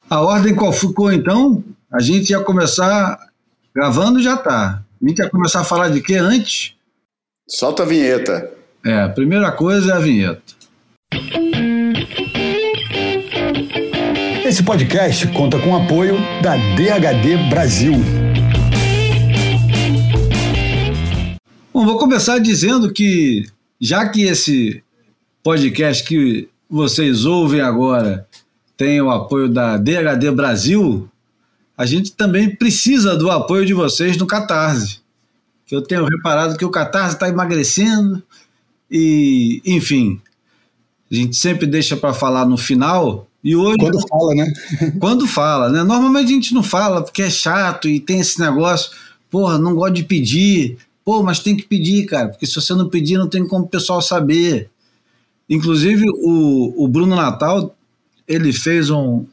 A ordem qual ficou, então? A gente ia começar gravando, já tá. A gente ia começar a falar de quê antes? Solta a vinheta. A primeira coisa é a vinheta. Esse podcast conta com o apoio da DHD Brasil. Bom, vou começar dizendo que, já que esse podcast que vocês ouvem agora tem o apoio da DHD Brasil, a gente também precisa do apoio de vocês no Catarse. Que eu tenho reparado que o Catarse está emagrecendo e, enfim, a gente sempre deixa para falar no final. E hoje, quando fala, né? Quando fala, né? Normalmente a gente não fala porque é chato e tem esse negócio, porra, não gosto de pedir. Pô, mas tem que pedir, cara, porque se você não pedir não tem como o pessoal saber. Inclusive o Bruno Natal, ele fez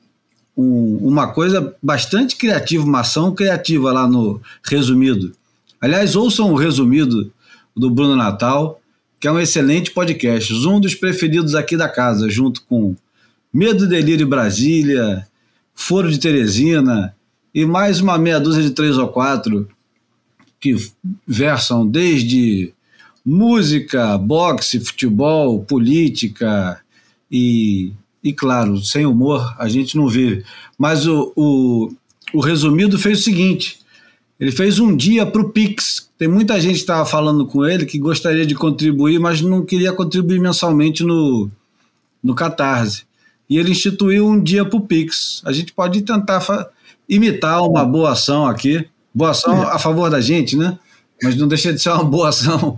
uma coisa bastante criativa, uma ação criativa lá no Resumido. Aliás, ouçam o Resumido do Bruno Natal, que é um excelente podcast, um dos preferidos aqui da casa, junto com Medo e Delírio Brasília, Foro de Teresina e mais uma meia dúzia de 3 ou 4 que versam desde música, boxe, futebol, política e claro, sem humor a gente não vive. Mas o Resumido fez o seguinte, ele fez um dia para o Pix. Tem muita gente que estava falando com ele que gostaria de contribuir, mas não queria contribuir mensalmente no Catarse. E ele instituiu um dia para o Pix. A gente pode tentar imitar uma boa ação aqui. Boa ação a favor da gente, né? Mas não deixa de ser uma boa ação.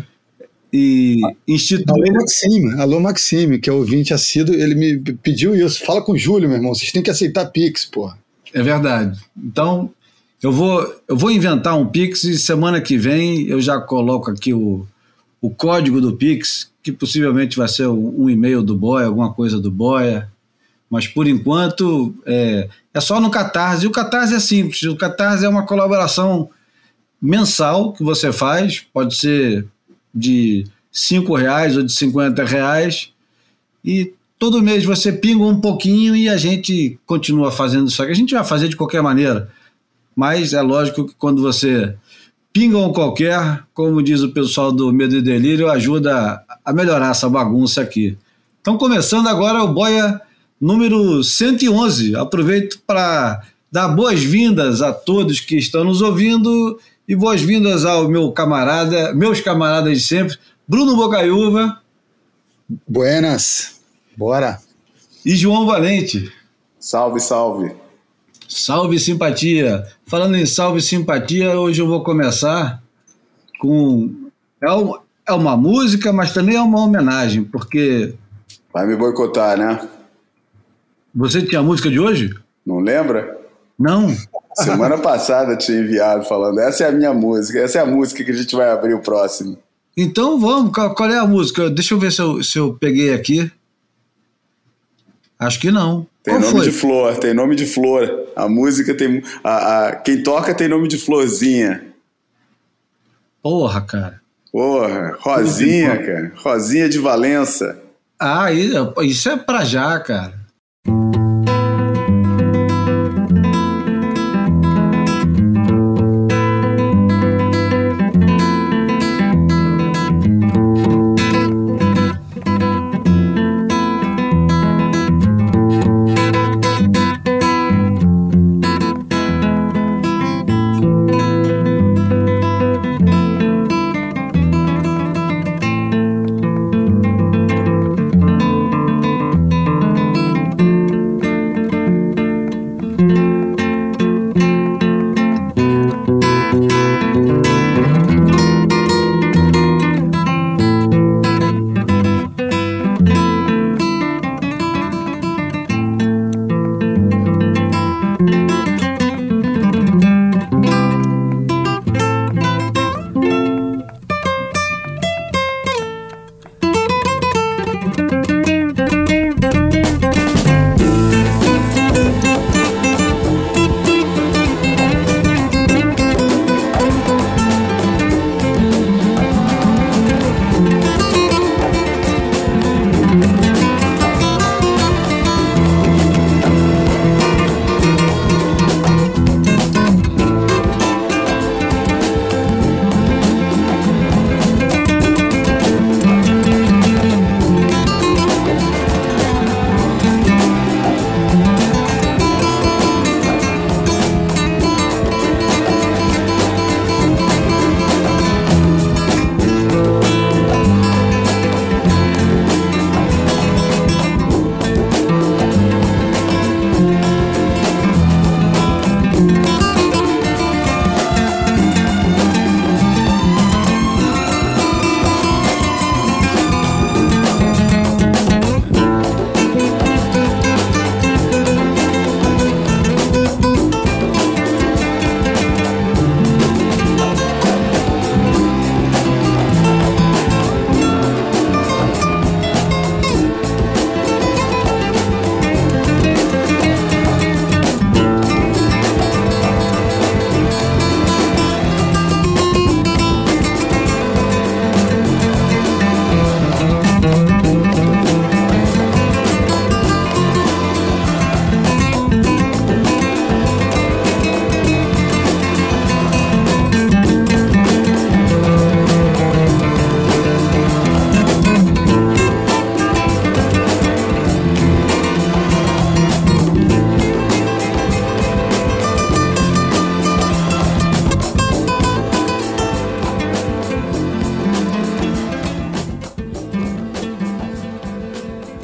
E instituir... Alô Maxime, que é ouvinte assíduo, ele me pediu isso. Fala com o Júlio, meu irmão, vocês têm que aceitar Pix, porra. É verdade. Então, eu vou inventar um Pix e semana que vem eu já coloco aqui o código do Pix, que possivelmente vai ser um e-mail do Boia, alguma coisa do Boia. Mas, por enquanto, é só no Catarse. E o Catarse é simples. O Catarse é uma colaboração mensal que você faz. Pode ser de R$5 ou de R$50. E todo mês você pinga um pouquinho e a gente continua fazendo isso aqui. A gente vai fazer de qualquer maneira. Mas é lógico que quando você pinga um qualquer, como diz o pessoal do Medo e Delírio, ajuda a melhorar essa bagunça aqui. Então, começando agora o Boia número 111. Aproveito para dar boas-vindas a todos que estão nos ouvindo e boas-vindas ao meus camaradas de sempre, Bruno Bocaiúva. Buenas, bora. E João Valente. Salve, salve. Salve simpatia. Falando em salve simpatia, hoje eu vou começar com... É uma música, mas também é uma homenagem, porque... Vai me boicotar, né? Você tinha a música de hoje? Não lembra? Não. Semana passada tinha enviado falando, essa é a minha música, essa é a música que a gente vai abrir o próximo. Então vamos, qual é a música? Deixa eu ver se eu peguei aqui. Acho que não. Tem Qual nome foi? de flor, tem nome de flor. A música tem... quem toca tem nome de florzinha. Porra, cara. Porra, Rosinha, cara. Rosinha de Valença. Ah, isso é pra já, cara.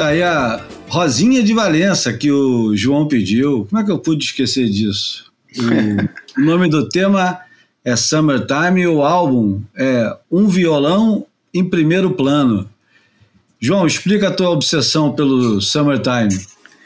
tá aí a Rosinha de Valença, que o João pediu. Como é que eu pude esquecer disso? O nome do tema é Summertime e o álbum é Um Violão em Primeiro Plano. João, explica a tua obsessão pelo Summertime.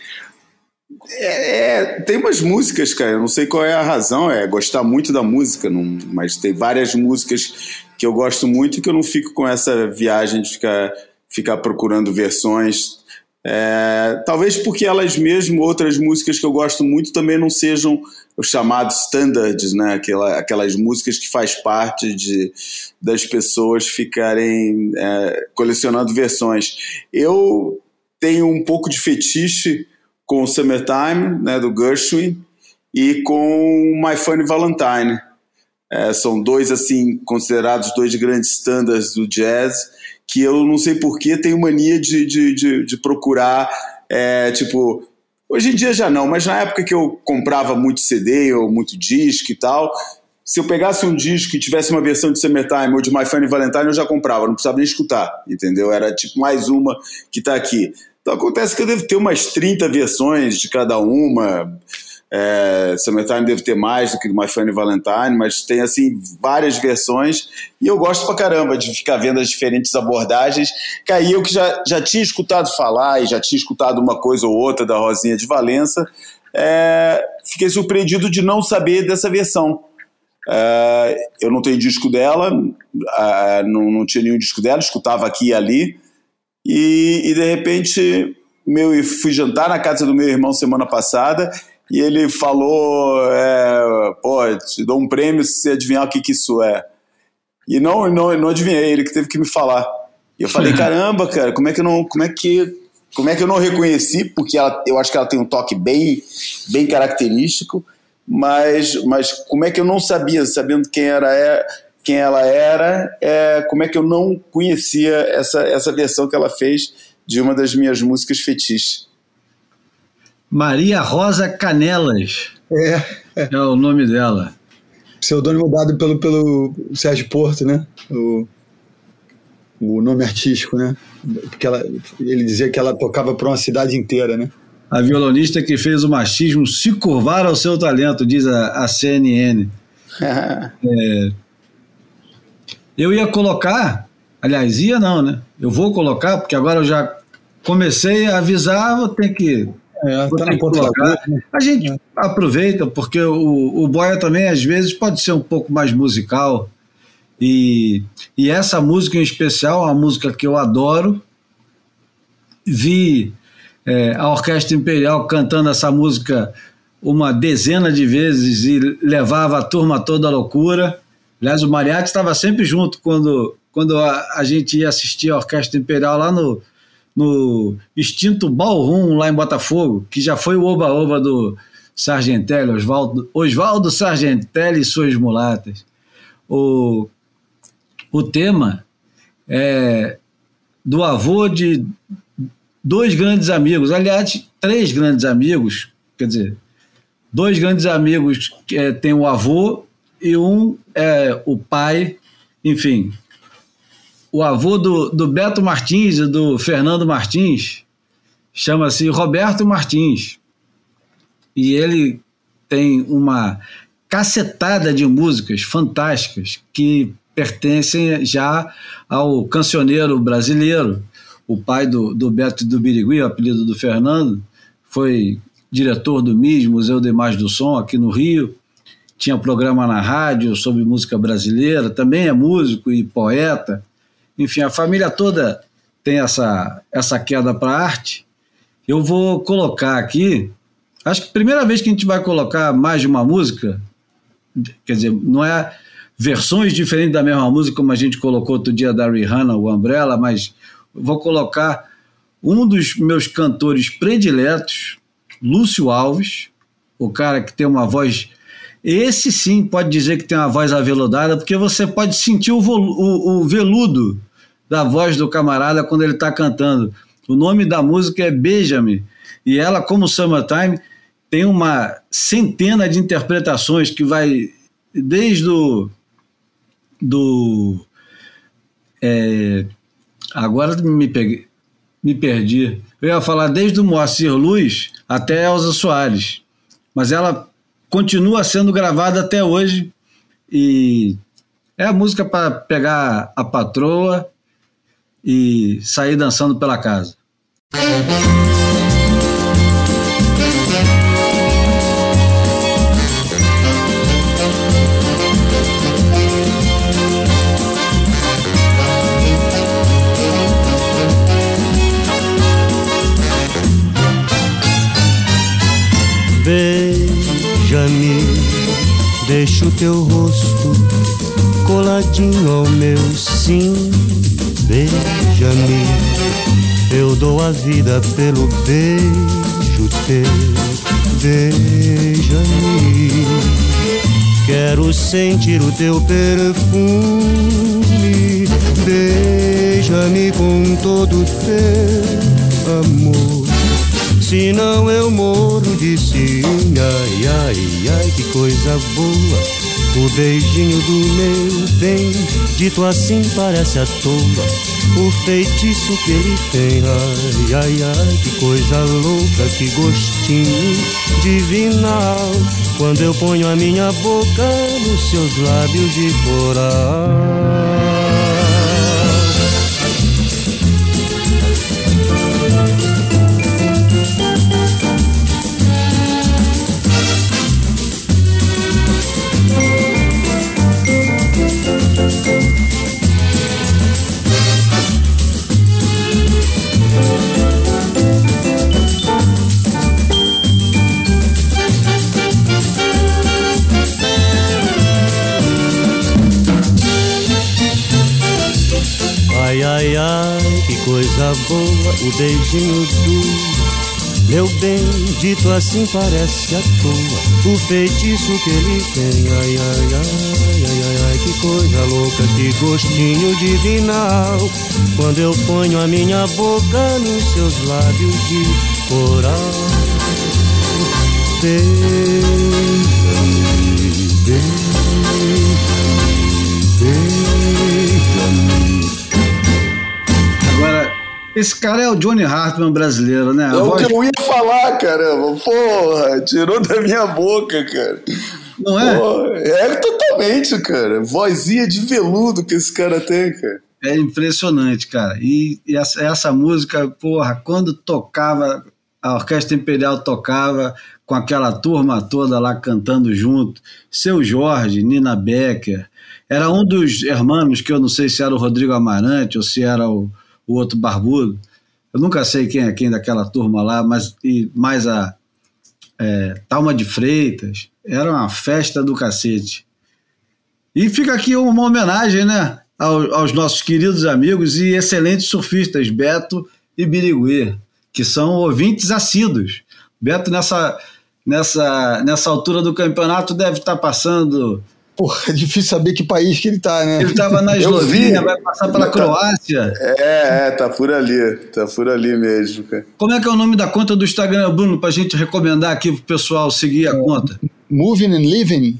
Tem umas músicas, cara, eu não sei qual é a razão, é gostar muito da música, mas tem várias músicas que eu gosto muito e que eu não fico com essa viagem de ficar procurando versões. Talvez porque elas mesmo, outras músicas que eu gosto muito, também não sejam os chamados standards, né? Aquelas músicas que faz parte das pessoas ficarem colecionando versões. Eu tenho um pouco de fetiche com o Summertime, né, do Gershwin, e com My Funny Valentine. São dois, assim, considerados dois grandes standards do jazz, que eu não sei porquê tenho mania de procurar, tipo, hoje em dia já não, mas na época que eu comprava muito CD ou muito disco e tal, se eu pegasse um disco e tivesse uma versão de Summertime ou de My Funny Valentine, eu já comprava, não precisava nem escutar, entendeu? Era tipo mais uma que tá aqui. Então acontece que eu devo ter umas 30 versões de cada uma. Summertime deve ter mais do que My Funny Valentine, mas tem assim várias versões e eu gosto pra caramba de ficar vendo as diferentes abordagens. Que aí eu que já tinha escutado falar e já tinha escutado uma coisa ou outra da Rosinha de Valença, fiquei surpreendido de não saber dessa versão. Eu não tenho disco dela, não tinha nenhum disco dela, escutava aqui e ali. E de repente fui jantar na casa do meu irmão semana passada e ele falou, te dou um prêmio se você adivinhar o que isso é. E não adivinhei, ele que teve que me falar. E eu falei, caramba, cara, como é que eu não reconheci, porque eu acho que ela tem um toque bem, bem característico, mas como é que eu não sabia, sabendo quem ela era, como é que eu não conhecia essa versão que ela fez de uma das minhas músicas fetiches. Maria Rosa Canelas é o nome dela. Pseudônimo dado pelo Sérgio Porto, né? O nome artístico, né? Porque ele dizia que ela tocava para uma cidade inteira, né? A violonista que fez o machismo se curvar ao seu talento, diz a CNN. Eu ia colocar, aliás, não, né? Eu vou colocar, porque agora eu já comecei a avisar, vou ter que colocar. A gente aproveita, porque o Boia também, às vezes, pode ser um pouco mais musical. E essa música em especial, uma música que eu adoro. Vi a Orquestra Imperial cantando essa música uma dezena de vezes e levava a turma toda à loucura. Aliás, o Mariachi estava sempre junto quando a gente ia assistir a Orquestra Imperial lá no extinto Ballroom, lá em Botafogo, que já foi o oba-oba do Sargentelli, Oswaldo Sargentelli e suas mulatas. O tema é do avô de dois grandes amigos, aliás, três grandes amigos, quer dizer, dois grandes amigos que tem o avô e um é o pai, enfim. O avô do Beto Martins e do Fernando Martins chama-se Roberto Martins. E ele tem uma cacetada de músicas fantásticas que pertencem já ao cancioneiro brasileiro. O pai do Beto e do Birigui, o apelido do Fernando, foi diretor do MIS, Museu de Imagem do Som, aqui no Rio. Tinha programa na rádio sobre música brasileira, também é músico e poeta. Enfim, a família toda tem essa queda para a arte. Eu vou colocar aqui, acho que a primeira vez que a gente vai colocar mais de uma música, quer dizer, não é versões diferentes da mesma música, como a gente colocou outro dia da Rihanna, o Umbrella, mas vou colocar um dos meus cantores prediletos, Lúcio Alves, o cara que tem uma voz... Esse sim pode dizer que tem uma voz aveludada, porque você pode sentir o veludo da voz do camarada quando ele está cantando. O nome da música é Beija-me, e ela, como Summertime, tem uma centena de interpretações que vai desde agora me peguei. Me perdi. Eu ia falar desde o Moacir Luz até Elza Soares, mas ela continua sendo gravada até hoje e é a música para pegar a patroa e sair dançando pela casa. Beija-me, deixa o teu rosto coladinho ao meu, sim. Beija-me, eu dou a vida pelo beijo teu. Beija-me, quero sentir o teu perfume. Beija-me com todo o teu amor, senão eu morro de ciúme. Ai, ai, ai, que coisa boa, o beijinho do meu bem, dito assim parece à toa, o feitiço que ele tem. Ai, ai, ai, que coisa louca, que gostinho divinal, quando eu ponho a minha boca nos seus lábios de coral. Ai, ai, ai, que coisa boa, o beijinho do meu bem, dito assim parece à toa, o feitiço que ele tem. Ai, ai, ai, ai, ai, ai, que coisa louca, que gostinho divinal, quando eu ponho a minha boca nos seus lábios de coral. Beija-me, beija-me, beija-me. Agora, esse cara é o Johnny Hartman brasileiro, né? É o que eu ia falar, caramba. Porra, tirou da minha boca, cara. Não é? Porra, é totalmente, cara. Vozinha de veludo que esse cara tem, cara. É impressionante, cara. E essa música, porra, quando tocava, a Orquestra Imperial tocava com aquela turma toda lá cantando junto, Seu Jorge, Nina Becker, era um dos hermanos, que eu não sei se era o Rodrigo Amarante ou se era o outro barbudo, eu nunca sei quem é quem daquela turma lá, mas mais a Thalma de Freitas, era uma festa do cacete. E fica aqui uma homenagem, né, aos nossos queridos amigos e excelentes surfistas, Beto e Birigui, que são ouvintes assíduos. Beto, nessa altura do campeonato, deve estar passando... Porra, é difícil saber que país que ele tá, né? Ele estava na Eslovênia, vai passar pela Croácia. Tá por ali mesmo, cara. Como é que é o nome da conta do Instagram, Bruno, pra gente recomendar aqui pro pessoal seguir a conta? Moving and Living?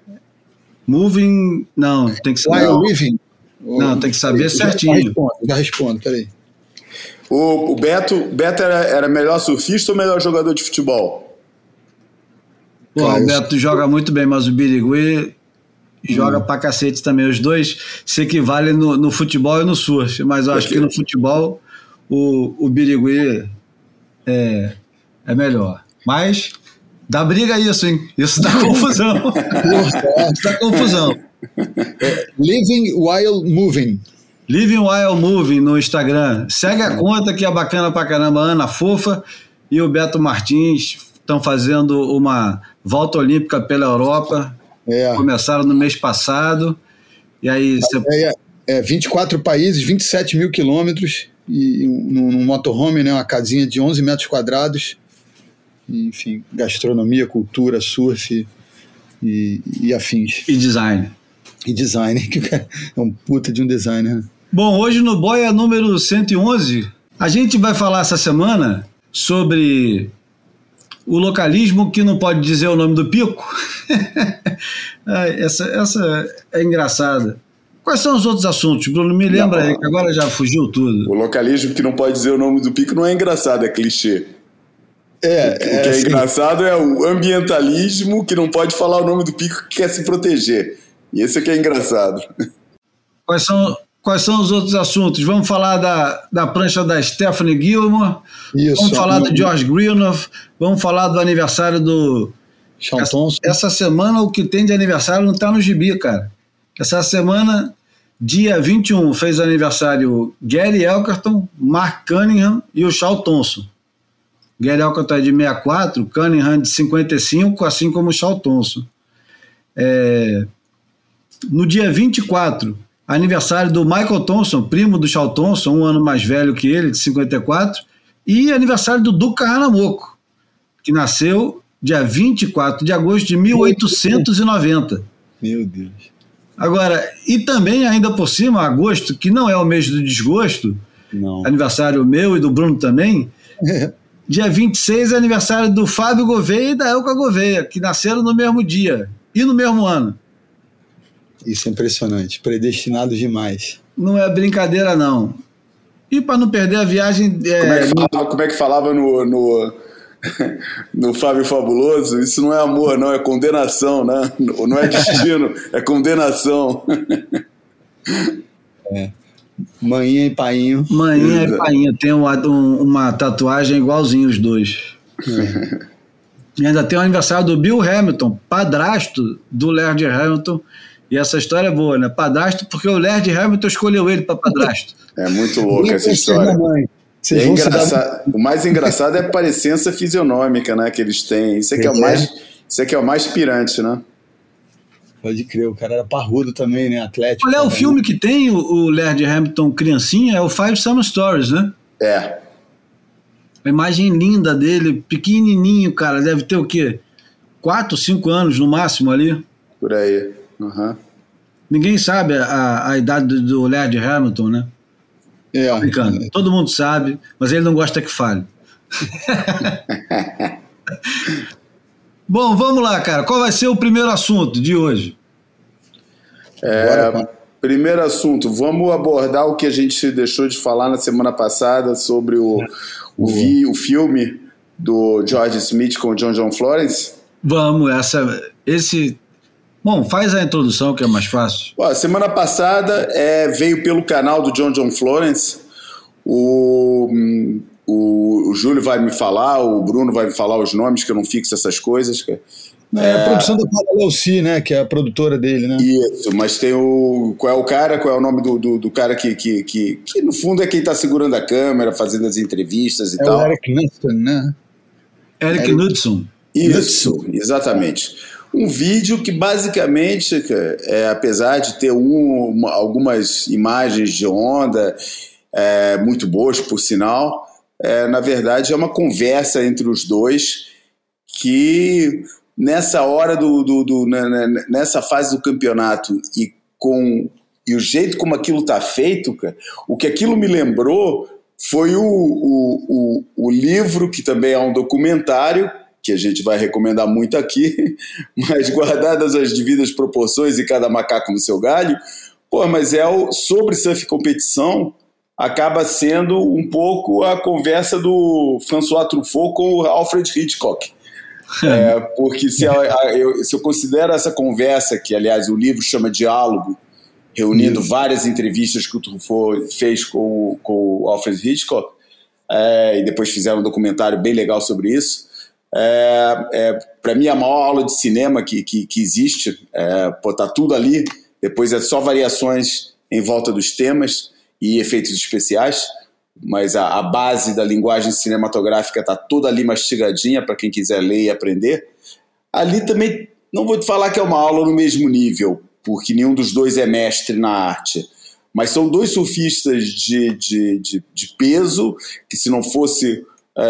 Moving, não, tem que saber. While Living? Não, tem que saber certinho. Já respondo, peraí. O Beto era melhor surfista ou melhor jogador de futebol? Pô, o Beto joga muito bem, mas o Birigui joga pra cacete também. Os dois se equivalem no futebol e no surf, mas eu acho que no futebol o Birigui é melhor. Mas dá briga isso, hein? Isso dá confusão. Isso dá confusão. Living While Moving. Living While Moving no Instagram. Segue a conta que é bacana pra caramba. Ana Fofa e o Beto Martins estão fazendo uma volta olímpica pela Europa. Começaram no mês passado. E aí 24 países, 27 mil quilômetros, e num motorhome, né, uma casinha de 11 metros quadrados. E, enfim, gastronomia, cultura, surf e afins. E design. E design, que é um puta de um designer. Né? Bom, hoje no Boia número 111, a gente vai falar essa semana sobre o localismo que não pode dizer o nome do pico. Essa é engraçada. Quais são os outros assuntos, Bruno? Me lembra aí, que agora já fugiu tudo. O localismo que não pode dizer o nome do pico não é engraçado, é clichê. O que é assim, engraçado é o ambientalismo que não pode falar o nome do pico que quer se proteger. E esse é que é engraçado. Quais são os outros assuntos? Vamos falar da prancha da Stephanie Gilmore, vamos falar do George Greenough, vamos falar do aniversário do... Sean Thompson. Essa semana o que tem de aniversário não está no gibi, cara. Essa semana, dia 21, fez aniversário Gary Elkerton, Mark Cunningham e o Sean Thompson. Gary Elkerton é de 64, Cunningham de 55, assim como o Sean Thompson. No dia 24, aniversário do Michael Thompson, primo do Sean Thompson, um ano mais velho que ele, de 54, e aniversário do Duca Hanamoku, que nasceu dia 24 de agosto de 1890. Meu Deus. Agora, e também, ainda por cima, agosto, que não é o mês do desgosto, não. Aniversário meu e do Bruno também, dia 26 é aniversário do Fábio Gouveia e da Elka Gouveia, que nasceram no mesmo dia e no mesmo ano. Isso é impressionante, predestinado demais. Não é brincadeira, não. E para não perder a viagem... Como é que falava no Fábio Fabuloso? Isso não é amor, não, é condenação, né? Não é destino, é condenação. Manhinha e painho. Manhinha e painho. Tem uma tatuagem igualzinho os dois. E ainda tem o aniversário do Bill Hamilton, padrasto do Laird Hamilton. E essa história é boa, né? Padrasto, porque o Laird Hamilton escolheu ele para padrasto. É muito louca essa história. O mais engraçado é a parecença fisionômica, né, que eles têm. Isso é que é o mais pirante, né? Pode crer, o cara era parrudo também, né? Atlético. Qual é o filme que tem o Laird Hamilton criancinha? É o Five Summer Stories, né? É. A imagem linda dele, pequenininho, cara. Deve ter o quê? 4, 5 anos no máximo ali. Por aí. Uhum. Ninguém sabe a idade do Laird Hamilton, né? Brincando. Todo mundo sabe, mas ele não gosta que fale. Bom, vamos lá, cara. Qual vai ser o primeiro assunto de hoje? Primeiro assunto, vamos abordar o que a gente deixou de falar na semana passada sobre o filme do George Smith com o John Florence? Vamos, Bom, faz a introdução que é mais fácil. Semana passada veio pelo canal do John Florence. O Júlio vai me falar, o Bruno vai me falar os nomes, que eu não fixo essas coisas. A produção da Paula Leuci, né? Que é a produtora dele, né? Isso, mas tem qual é o cara, qual é o nome do cara que no fundo é quem está segurando a câmera, fazendo as entrevistas e tal. O Eric Knudsen, né? Eric Knudsen. Isso, exatamente. Um vídeo que basicamente, apesar de ter algumas imagens de onda muito boas, por sinal, na verdade é uma conversa entre os dois que nessa hora nessa fase do campeonato e o jeito como aquilo está feito, cara, o que aquilo me lembrou foi o livro, que também é um documentário, que a gente vai recomendar muito aqui, mas guardadas as devidas proporções e cada macaco no seu galho, mas sobre surf competição, acaba sendo um pouco a conversa do François Truffaut com o Alfred Hitchcock. Porque se eu considero essa conversa, que aliás o livro chama Diálogo, reunindo várias entrevistas que o Truffaut fez com o Alfred Hitchcock, e depois fizeram um documentário bem legal sobre isso, para mim a maior aula de cinema que existe. Tá tudo ali, depois é só variações em volta dos temas e efeitos especiais, mas a base da linguagem cinematográfica está toda ali mastigadinha para quem quiser ler e aprender. Ali também não vou te falar que é uma aula no mesmo nível, porque nenhum dos dois é mestre na arte, mas são dois surfistas de peso, que se não fosse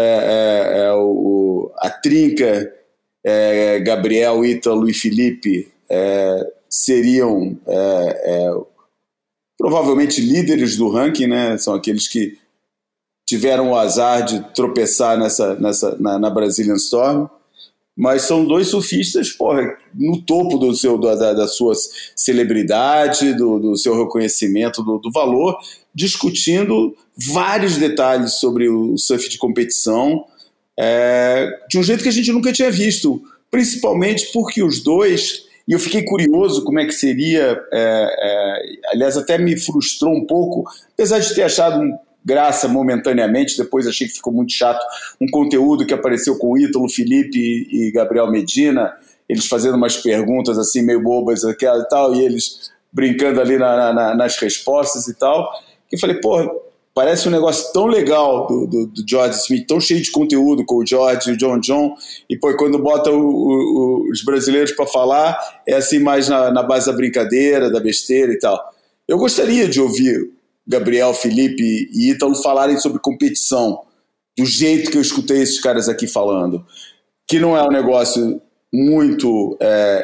a trinca Gabriel, Ítalo e Felipe, seriam provavelmente líderes do ranking, né? São aqueles que tiveram o azar de tropeçar na Brazilian Storm. mas são dois surfistas, porra, no topo da sua celebridade, do seu reconhecimento, do valor, discutindo vários detalhes sobre o surf de competição, de um jeito que a gente nunca tinha visto, principalmente porque os dois, e eu fiquei curioso como é que seria, aliás, até me frustrou um pouco, apesar de ter achado graça momentaneamente, depois achei que ficou muito chato, um conteúdo que apareceu com o Ítalo, Felipe e Gabriel Medina, eles fazendo umas perguntas assim meio bobas aquela e tal, e eles brincando ali nas respostas e tal, que eu falei, porra, parece um negócio tão legal do George Smith, tão cheio de conteúdo com o George e o John, e pô, quando bota os brasileiros para falar, é assim mais na base da brincadeira, da besteira e tal. Eu gostaria de ouvir Gabriel, Felipe e Ítalo falarem sobre competição, do jeito que eu escutei esses caras aqui falando, que não é um negócio muito...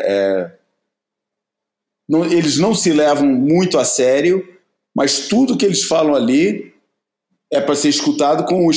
eles não se levam muito a sério, mas tudo que eles falam ali é para ser escutado com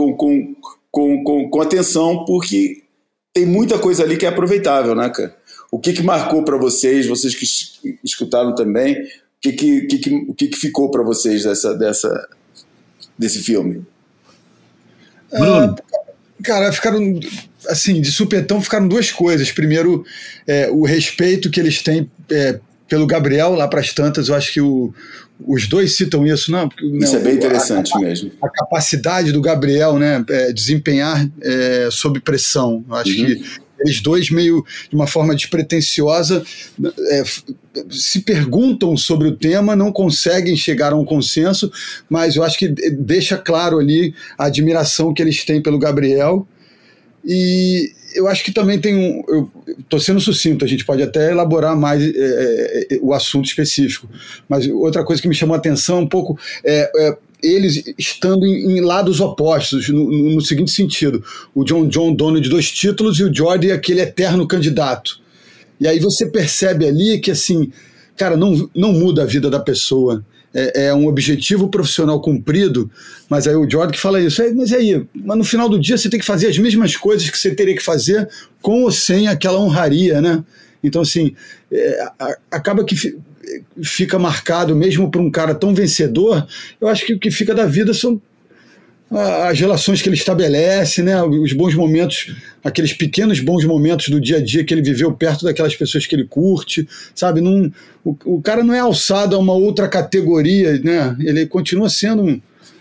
atenção, porque tem muita coisa ali que é aproveitável, né, cara? O que marcou para vocês que escutaram também, o que ficou para vocês desse filme? Bruno? Cara, ficaram, assim, de supetão ficaram duas coisas. Primeiro, o respeito que eles têm pelo Gabriel lá para as tantas, eu acho que os dois citam isso, não? Porque, isso é bem interessante mesmo. A capacidade do Gabriel, né, desempenhar sob pressão. Eu acho que eles dois, meio de uma forma despretensiosa, se perguntam sobre o tema, não conseguem chegar a um consenso, mas eu acho que deixa claro ali a admiração que eles têm pelo Gabriel. E eu acho que também tem eu estou sendo sucinto, a gente pode até elaborar mais o assunto específico, mas outra coisa que me chamou a atenção um pouco eles estando em lados opostos, no seguinte sentido: o John, dono de 2 títulos, e o Jordi, aquele eterno candidato. E aí você percebe ali que, assim, cara, não muda a vida da pessoa. É um objetivo profissional cumprido, mas aí o Jordi que fala isso. Mas aí? Mas no final do dia você tem que fazer as mesmas coisas que você teria que fazer com ou sem aquela honraria, né? Então, assim, acaba que fica marcado, mesmo para um cara tão vencedor. Eu acho que o que fica da vida são as relações que ele estabelece, né? Os bons momentos, aqueles pequenos bons momentos do dia a dia que ele viveu perto daquelas pessoas que ele curte, sabe? O cara não é alçado a uma outra categoria, né? Ele continua sendo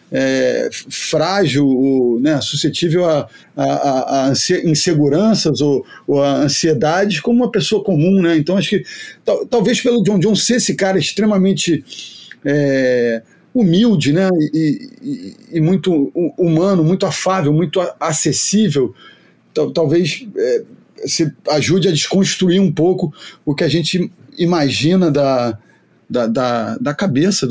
frágil, né? Suscetível a inseguranças ou a ansiedades como uma pessoa comum, né? Então acho que talvez pelo John ser esse cara extremamente humilde, né? E muito humano, muito afável, muito acessível, talvez se ajude a desconstruir um pouco o que a gente imagina da cabeça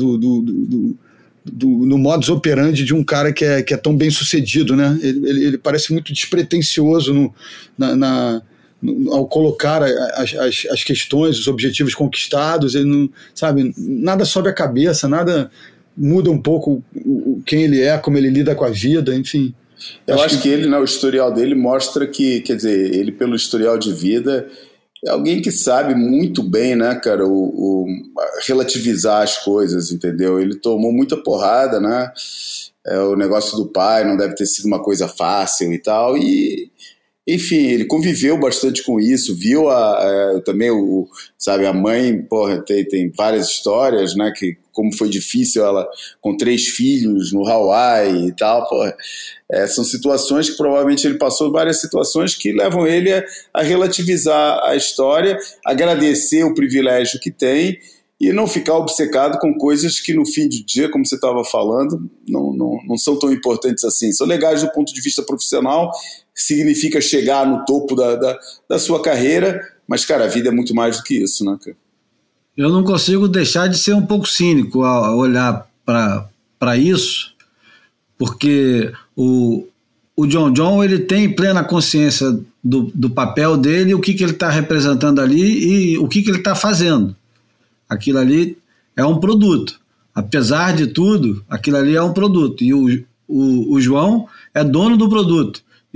no modus operandi de um cara que é tão bem sucedido, né? Ele parece muito despretensioso ao colocar as questões, os objetivos conquistados. Ele não, sabe, nada sobe a cabeça, nada muda um pouco quem ele é, como ele lida com a vida, enfim. Eu acho que ele, o historial dele mostra que, quer dizer, ele pelo historial de vida é alguém que sabe muito bem, né, cara, relativizar as coisas, entendeu? Ele tomou muita porrada, né? O negócio do pai não deve ter sido uma coisa fácil e tal, e enfim, ele conviveu bastante com isso, viu também sabe, a mãe, porra, tem várias histórias, né, que como foi difícil ela com 3 filhos no Hawaii e tal, porra. São situações que provavelmente ele passou, várias situações que levam ele a relativizar a história, agradecer o privilégio que tem e não ficar obcecado com coisas que no fim do dia, como você estava falando, não são tão importantes assim. São legais do ponto de vista profissional, significa chegar no topo da sua carreira, mas, cara, a vida é muito mais do que isso, né, cara? Eu não consigo deixar de ser um pouco cínico ao olhar para isso, porque o John ele tem plena consciência do papel dele, o que ele está representando ali e o que ele está fazendo. Aquilo ali é um produto. Apesar de tudo, aquilo ali é um produto. E o João é dono do produto. E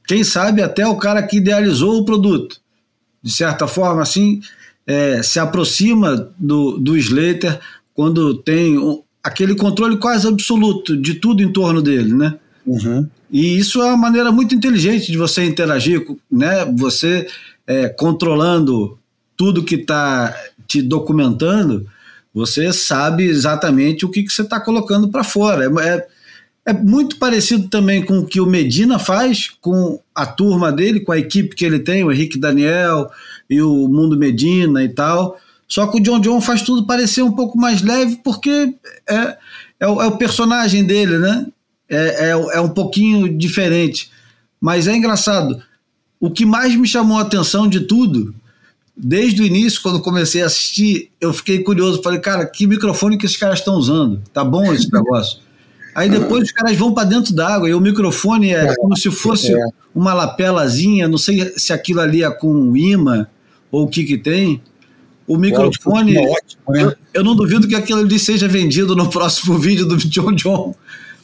quem sabe até o cara que idealizou o produto. De certa forma, assim, se aproxima do Slater quando tem aquele controle quase absoluto de tudo em torno dele, né? Uhum. E isso é uma maneira muito inteligente de você interagir, né? Você controlando tudo que está te documentando, você sabe exatamente o que você está colocando para fora. É muito parecido também com o que o Medina faz com a turma dele, com a equipe que ele tem, o Henrique Daniel e o Mundo Medina e tal. Só que o John faz tudo parecer um pouco mais leve porque é o personagem dele, né? É um pouquinho diferente. Mas é engraçado. O que mais me chamou a atenção de tudo, desde o início, quando comecei a assistir, eu fiquei curioso. Falei, cara, que microfone que esses caras estão usando? Tá bom esse negócio? Aí depois os caras vão para dentro d'água e o microfone é como se fosse uma lapelazinha, não sei se aquilo ali é com imã ou o que tem. O microfone, ótimo, né? eu não duvido que aquilo ali seja vendido no próximo vídeo do John.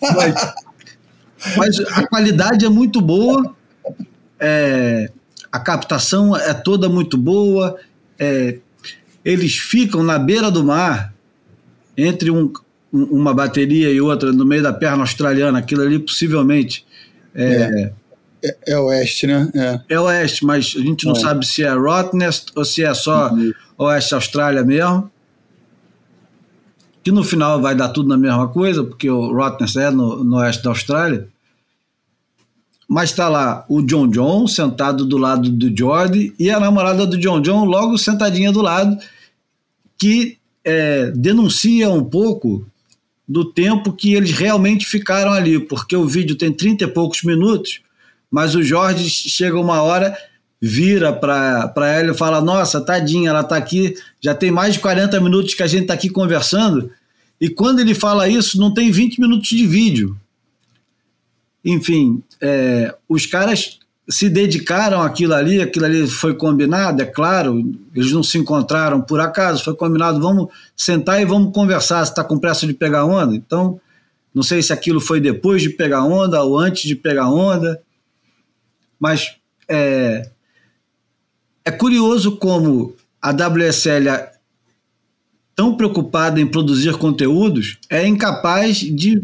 Mas a qualidade é muito boa, a captação é toda muito boa, eles ficam na beira do mar, entre uma bateria e outra, no meio da perna australiana, aquilo ali possivelmente é oeste, né? É oeste, mas a gente não sabe se é Rottnest ou se é só oeste Austrália mesmo, que no final vai dar tudo na mesma coisa, porque o Rottnest é no oeste da Austrália. Mas está lá o John sentado do lado do Geordie e a namorada do John logo sentadinha do lado, que denuncia um pouco do tempo que eles realmente ficaram ali, porque o vídeo tem 30 e poucos minutos, mas o Jorge chega uma hora, vira para ela e fala, nossa, tadinha, ela está aqui, já tem mais de 40 minutos que a gente está aqui conversando, e quando ele fala isso, não tem 20 minutos de vídeo. Enfim, os caras se dedicaram àquilo ali foi combinado, é claro, eles não se encontraram por acaso, foi combinado, vamos sentar e vamos conversar, você está com pressa de pegar onda? Então, não sei se aquilo foi depois de pegar onda ou antes de pegar onda, mas é curioso como a WSL, tão preocupada em produzir conteúdos, é incapaz de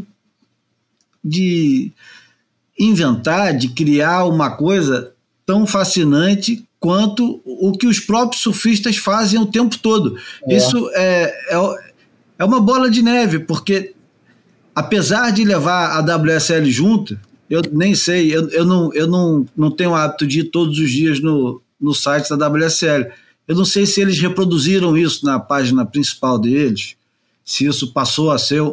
inventar, de criar uma coisa tão fascinante quanto o que os próprios surfistas fazem o tempo todo. Isso é uma bola de neve, porque apesar de levar a WSL junto, eu nem sei, eu não tenho o hábito de ir todos os dias no site da WSL. Eu não sei se eles reproduziram isso na página principal deles, se isso passou a ser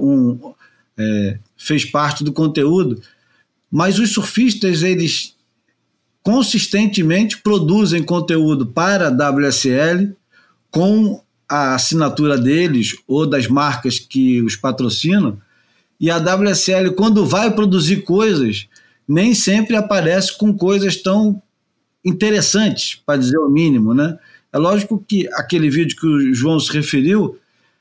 fez parte do conteúdo, mas os surfistas, eles consistentemente produzem conteúdo para a WSL com a assinatura deles ou das marcas que os patrocinam, e a WSL, quando vai produzir coisas, nem sempre aparece com coisas tão interessantes, para dizer o mínimo, né? É lógico que aquele vídeo que o João se referiu,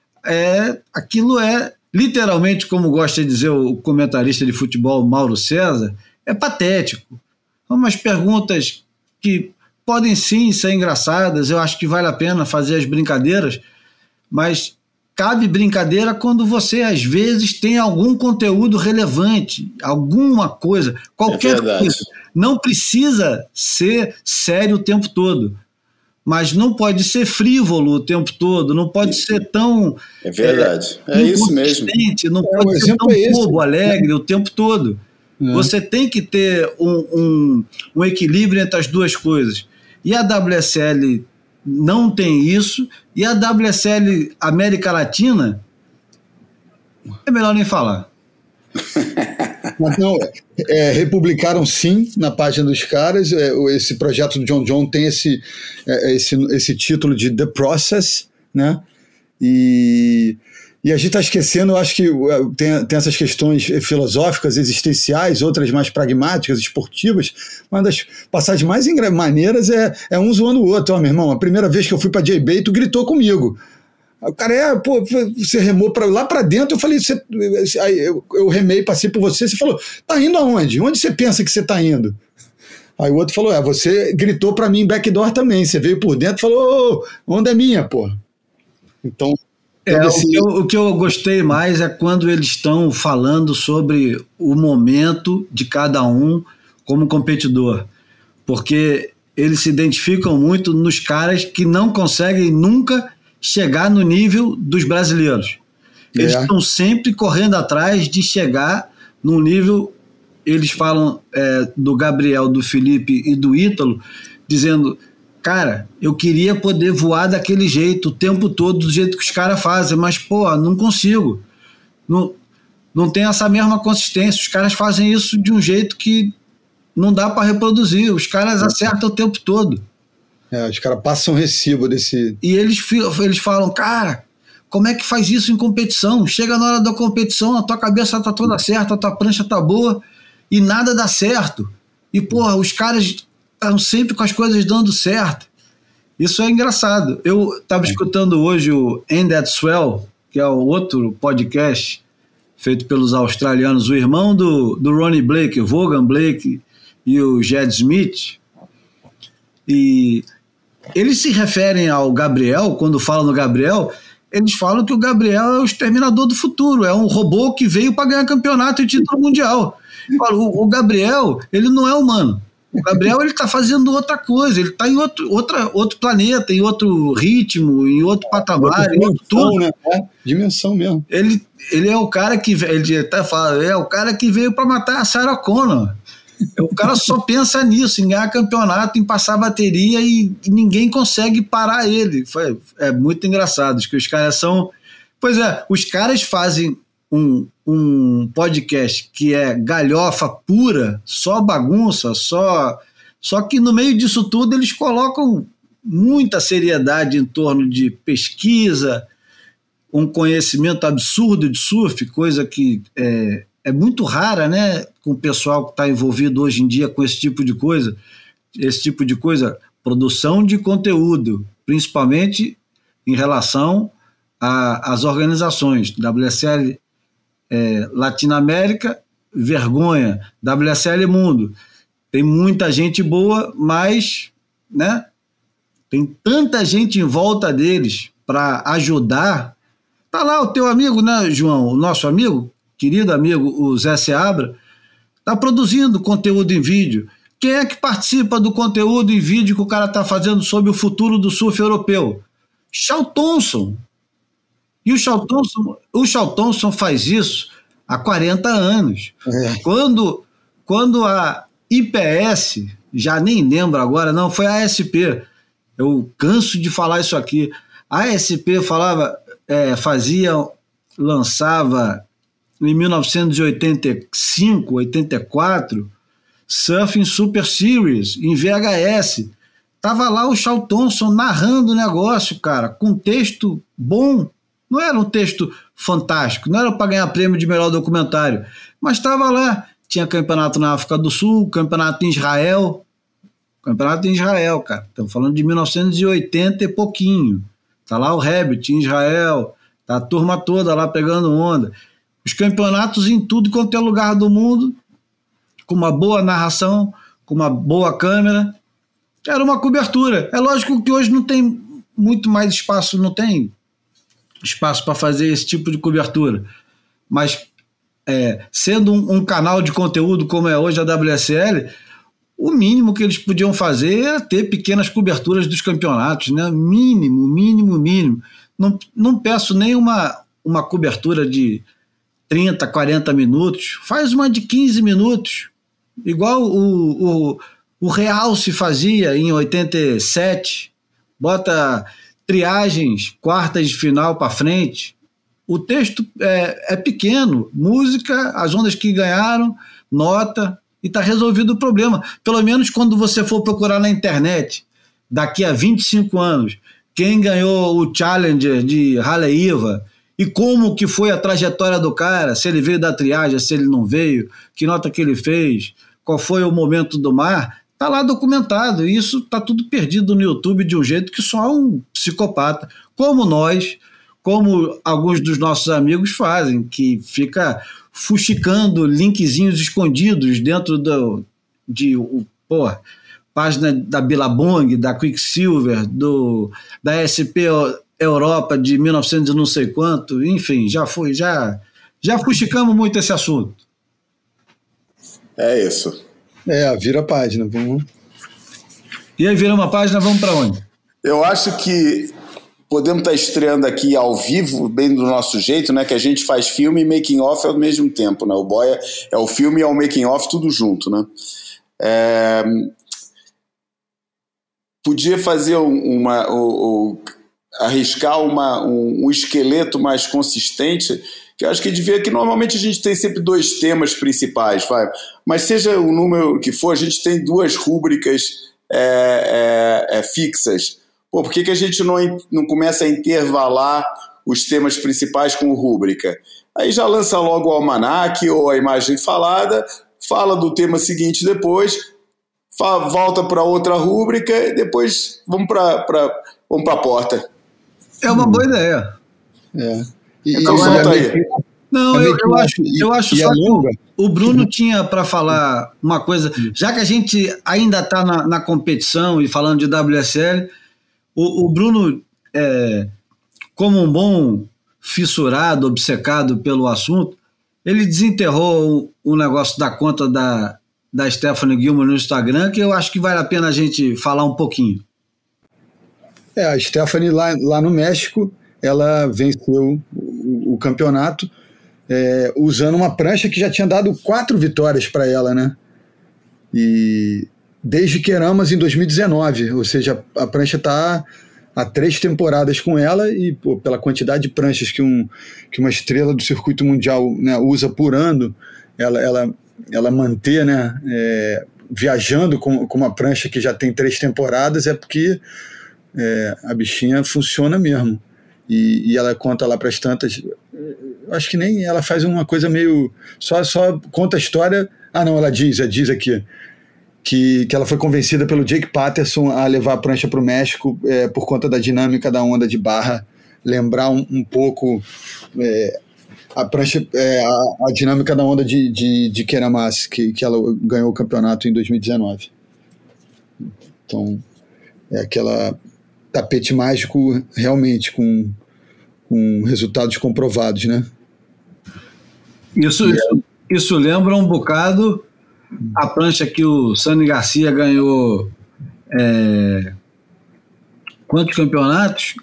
aquilo literalmente, como gosta de dizer o comentarista de futebol Mauro César, é patético. São umas perguntas que podem sim ser engraçadas, eu acho que vale a pena fazer as brincadeiras, mas cabe brincadeira quando você, às vezes, tem algum conteúdo relevante, alguma coisa, qualquer coisa. Não precisa ser sério o tempo todo, mas não pode ser frívolo o tempo todo, não pode ser tão... É verdade, isso mesmo. Não pode ser tão bobo, alegre o tempo todo. Você tem que ter um equilíbrio entre as duas coisas. E a WSL não tem isso, e a WSL América Latina é melhor nem falar. Mas não, republicaram sim na página dos caras. Esse projeto do John tem esse título de The Process, né? E a gente está esquecendo, eu acho que tem essas questões filosóficas, existenciais, outras mais pragmáticas, esportivas. Uma das passagens mais maneiras é um zoando o outro. Meu irmão, a primeira vez que eu fui para J-Bay, tu gritou comigo. O cara, você remou lá para dentro, eu falei, eu remei, passei por você falou, tá indo aonde? Onde você pensa que você tá indo? Aí o outro falou, você gritou pra mim backdoor também, você veio por dentro e falou, onda é minha, pô. Então... O que eu gostei mais é quando eles estão falando sobre o momento de cada um como competidor, porque eles se identificam muito nos caras que não conseguem nunca chegar no nível dos brasileiros. Eles estão sempre correndo atrás de chegar num nível. Eles falam do Gabriel, do Felipe e do Ítalo, dizendo... Cara, eu queria poder voar daquele jeito o tempo todo, do jeito que os caras fazem, mas, pô, não consigo. Não tem essa mesma consistência. Os caras fazem isso de um jeito que não dá para reproduzir. Os caras acertam o tempo todo. Os caras passam recibo desse... E eles falam, cara, como é que faz isso em competição? Chega na hora da competição, a tua cabeça tá toda certa, a tua prancha tá boa e nada dá certo. E, porra, os caras... estão sempre com as coisas dando certo. Isso é engraçado. Eu estava escutando hoje o Ain't That Swell, que é o outro podcast feito pelos australianos, o irmão do Ronnie Blake, o Vaughan Blake e o Jed Smith. E eles se referem ao Gabriel, quando falam no Gabriel, eles falam que o Gabriel é o exterminador do futuro, é um robô que veio para ganhar campeonato e título mundial. O Gabriel, ele não é humano. O Gabriel, ele está fazendo outra coisa, ele está em outro planeta, em outro ritmo, em outro patamar, em outro tudo. Né? Dimensão mesmo. Ele é o cara que ele até fala, é o cara que veio para matar a Sarah Connor. O cara só pensa nisso, em ganhar campeonato, em passar bateria e ninguém consegue parar ele. É muito engraçado, que os caras são... Pois é, os caras fazem um podcast que é galhofa pura, só bagunça, só que no meio disso tudo eles colocam muita seriedade em torno de pesquisa, um conhecimento absurdo de surf, coisa que é muito rara, né, com o pessoal que está envolvido hoje em dia com esse tipo de coisa, produção de conteúdo, principalmente em relação às organizações, WSL Latinoamérica, vergonha, WSL Mundo. Tem muita gente boa, mas, né, tem tanta gente em volta deles para ajudar. Tá lá o teu amigo, né, João? O nosso amigo, querido amigo, o Zé Seabra, tá produzindo conteúdo em vídeo. Quem é que participa do conteúdo em vídeo que o cara tá fazendo sobre o futuro do surf europeu? Shaw Thompson. E o Shaw Thompson faz isso há 40 anos. Quando a IPS, já nem lembro agora, não, foi a ASP, eu canso de falar isso aqui, a ASP lançava em 1985, 84, Surfing Super Series, em VHS. Tava lá o Shaw Thompson narrando o negócio, cara, com texto bom. Não era um texto fantástico, não era para ganhar prêmio de melhor documentário, mas estava lá. Tinha campeonato na África do Sul, campeonato em Israel. Campeonato em Israel, cara. Estamos falando de 1980 e pouquinho. Tá lá o Rabbit em Israel, tá a turma toda lá pegando onda. Os campeonatos em tudo quanto é lugar do mundo, com uma boa narração, com uma boa câmera. Era uma cobertura. É lógico que hoje não tem muito mais espaço, não tem espaço para fazer esse tipo de cobertura, mas sendo um canal de conteúdo como é hoje a WSL, o mínimo que eles podiam fazer era ter pequenas coberturas dos campeonatos, né? Mínimo. Não peço nem uma cobertura de 30, 40 minutos, faz uma de 15 minutos, igual o Real se fazia em 87, bota triagens, quartas de final para frente. O texto é pequeno, música, as ondas que ganharam, nota, e está resolvido o problema. Pelo menos quando você for procurar na internet, daqui a 25 anos, quem ganhou o Challenger de Haleiwa e como que foi a trajetória do cara, se ele veio da triagem, se ele não veio, que nota que ele fez, qual foi o momento do mar, está lá documentado. E isso está tudo perdido no YouTube de um jeito que só um psicopata, como nós, como alguns dos nossos amigos fazem, que fica fuxicando linkzinhos escondidos dentro de Porra, página da Billabong, da Quicksilver, da SP Europa de 1900 e não sei quanto, enfim, já fuxicamos muito esse assunto. É isso. Vira a página. Vamos... E aí vira uma página, vamos para onde? Eu acho que podemos estar estreando aqui ao vivo, bem do nosso jeito, né? Que a gente faz filme e making off ao mesmo tempo, né? O Boia é o filme e é o making off tudo junto, né? Podia fazer arriscar um esqueleto mais consistente, que eu acho que normalmente a gente tem sempre 2 temas principais, mas seja o número que for, a gente tem 2 rúbricas fixas. Por que a gente não começa a intervalar os temas principais com rúbrica? Aí já lança logo o almanaque ou a imagem falada, fala do tema seguinte depois, volta para outra rúbrica e depois vamos para a porta. É uma boa ideia. Então solta aí. Não, eu acho só que o Bruno tinha para falar uma coisa, já que a gente ainda está na competição e falando de WSL, o Bruno, como um bom fissurado, obcecado pelo assunto, ele desenterrou o negócio da conta da Stephanie Gilmore no Instagram, que eu acho que vale a pena a gente falar um pouquinho. A Stephanie lá no México, ela venceu o campeonato usando uma prancha que já tinha dado 4 vitórias para ela, né? E desde Queramas em 2019, ou seja, a prancha está há 3 temporadas com ela e pela quantidade de pranchas que uma estrela do circuito mundial, né, usa por ano, ela manter, né, viajando com uma prancha que já tem 3 temporadas é porque a bichinha funciona mesmo. E ela conta lá para as tantas, acho que nem ela faz uma coisa meio, só conta a história. Não, ela diz aqui que ela foi convencida pelo Jake Paterson a levar a prancha para o México por conta da dinâmica da onda de barra, lembrar um pouco a prancha, a dinâmica da onda de Keramás, que ela ganhou o campeonato em 2019. Então, é aquela tapete mágico realmente com resultados comprovados, né? Isso lembra um bocado a prancha que o Sani Garcia ganhou quantos campeonatos?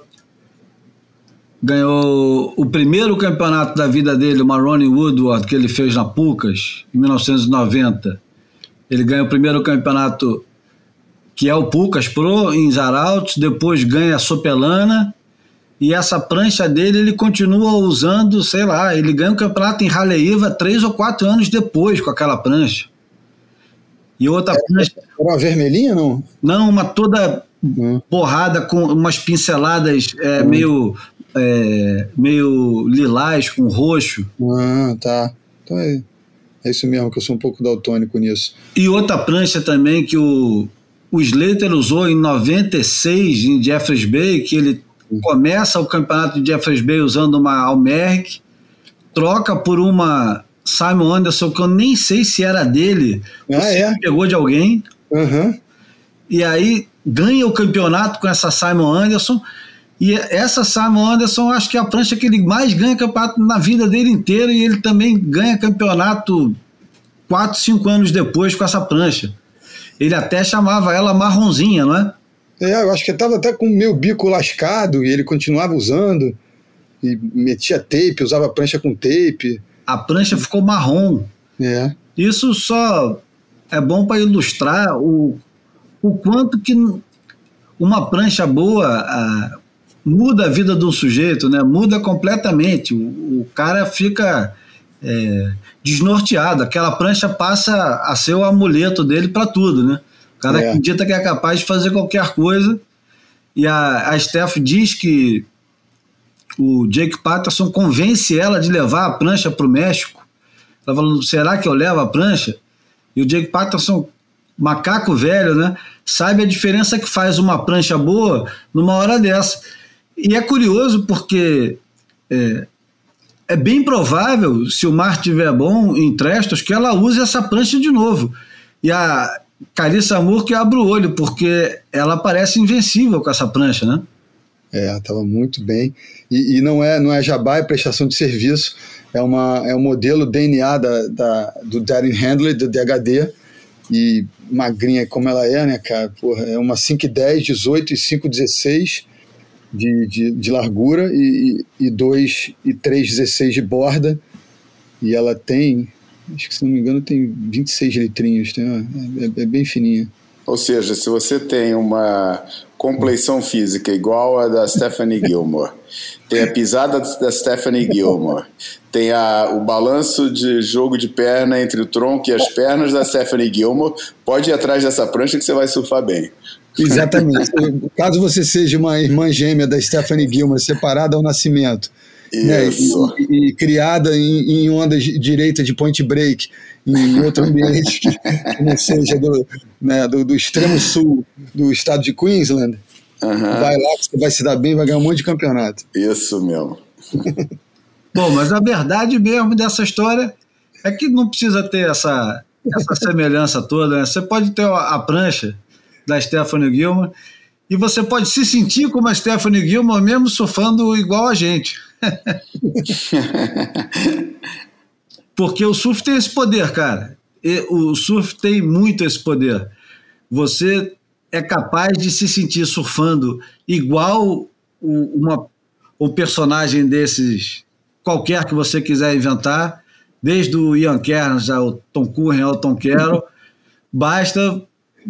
Ganhou o primeiro campeonato da vida dele, uma Ronnie Woodward, que ele fez na Pucas, em 1990. Ele ganhou o primeiro campeonato, que é o Pucas Pro, em Zarautz, depois ganha a Sopelana, e essa prancha dele ele continua usando, sei lá, ele ganha o campeonato em Haleiwa 3 ou 4 anos depois com aquela prancha. E outra prancha... Era uma vermelhinha, não? Não, uma toda borrada com umas pinceladas meio lilás com roxo. Tá. Então é isso mesmo, que eu sou um pouco daltônico nisso. E outra prancha também que o Slater usou em 96 em Jeffreys Bay, que ele começa o campeonato de Jeffreys Bay usando uma Almerc, troca por uma Simon Anderson, que eu nem sei se era dele, ou se pegou de alguém, e aí ganha o campeonato com essa Simon Anderson, e essa Simon Anderson acho que é a prancha que ele mais ganha campeonato na vida dele inteira, e ele também ganha campeonato 4, 5 anos depois com essa prancha. Ele até chamava ela marronzinha, não é? Eu acho que estava até com o meu bico lascado e ele continuava usando e metia tape, usava a prancha com tape. A prancha ficou marrom. Isso só é bom para ilustrar o quanto que uma prancha boa muda a vida de um sujeito, né? Muda completamente. O cara fica desnorteado. Aquela prancha passa a ser o amuleto dele para tudo, né? O cara acredita que é capaz de fazer qualquer coisa. E a Steph diz que o Jake Paterson convence ela de levar a prancha para o México. Ela falou, será que eu levo a prancha? E o Jake Paterson, macaco velho, né, sabe a diferença que faz uma prancha boa numa hora dessa. E é curioso porque é bem provável, se o mar estiver bom em Trestos, que ela use essa prancha de novo. Carissa Moore que abre o olho, porque ela parece invencível com essa prancha, né? Estava muito bem. E não é jabá, é prestação de serviço. É um modelo DNA do Darren Handley, do DHD. E magrinha como ela é, né, cara? Porra, é uma 5,10, 18 e 5,16 de largura e 2 e 3,16 de borda. E ela tem, acho que se não me engano, tem 26 litrinhos. É bem fininha. Ou seja, se você tem uma compleição física igual a da Stephanie Gilmore, tem a pisada da Stephanie Gilmore, tem o balanço de jogo de perna entre o tronco e as pernas da Stephanie Gilmore, pode ir atrás dessa prancha que você vai surfar bem. Exatamente. Caso você seja uma irmã gêmea da Stephanie Gilmore, separada ao nascimento, isso. Né, e criada em ondas direitas de point break, em outro ambiente que não seja do extremo sul do estado de Queensland, vai lá que você vai se dar bem, vai ganhar um monte de campeonato. Isso mesmo. Bom, mas a verdade mesmo dessa história é que não precisa ter essa semelhança toda, né? Você pode ter a prancha da Stephanie Gilmore e você pode se sentir como a Stephanie Gilmore mesmo surfando igual a gente. Porque o surf tem esse poder, cara. O surf tem muito esse poder. Você é capaz de se sentir surfando igual um personagem desses, qualquer que você quiser inventar, desde o Ian Cairns ao Tom Curren ao Tom Carroll. Basta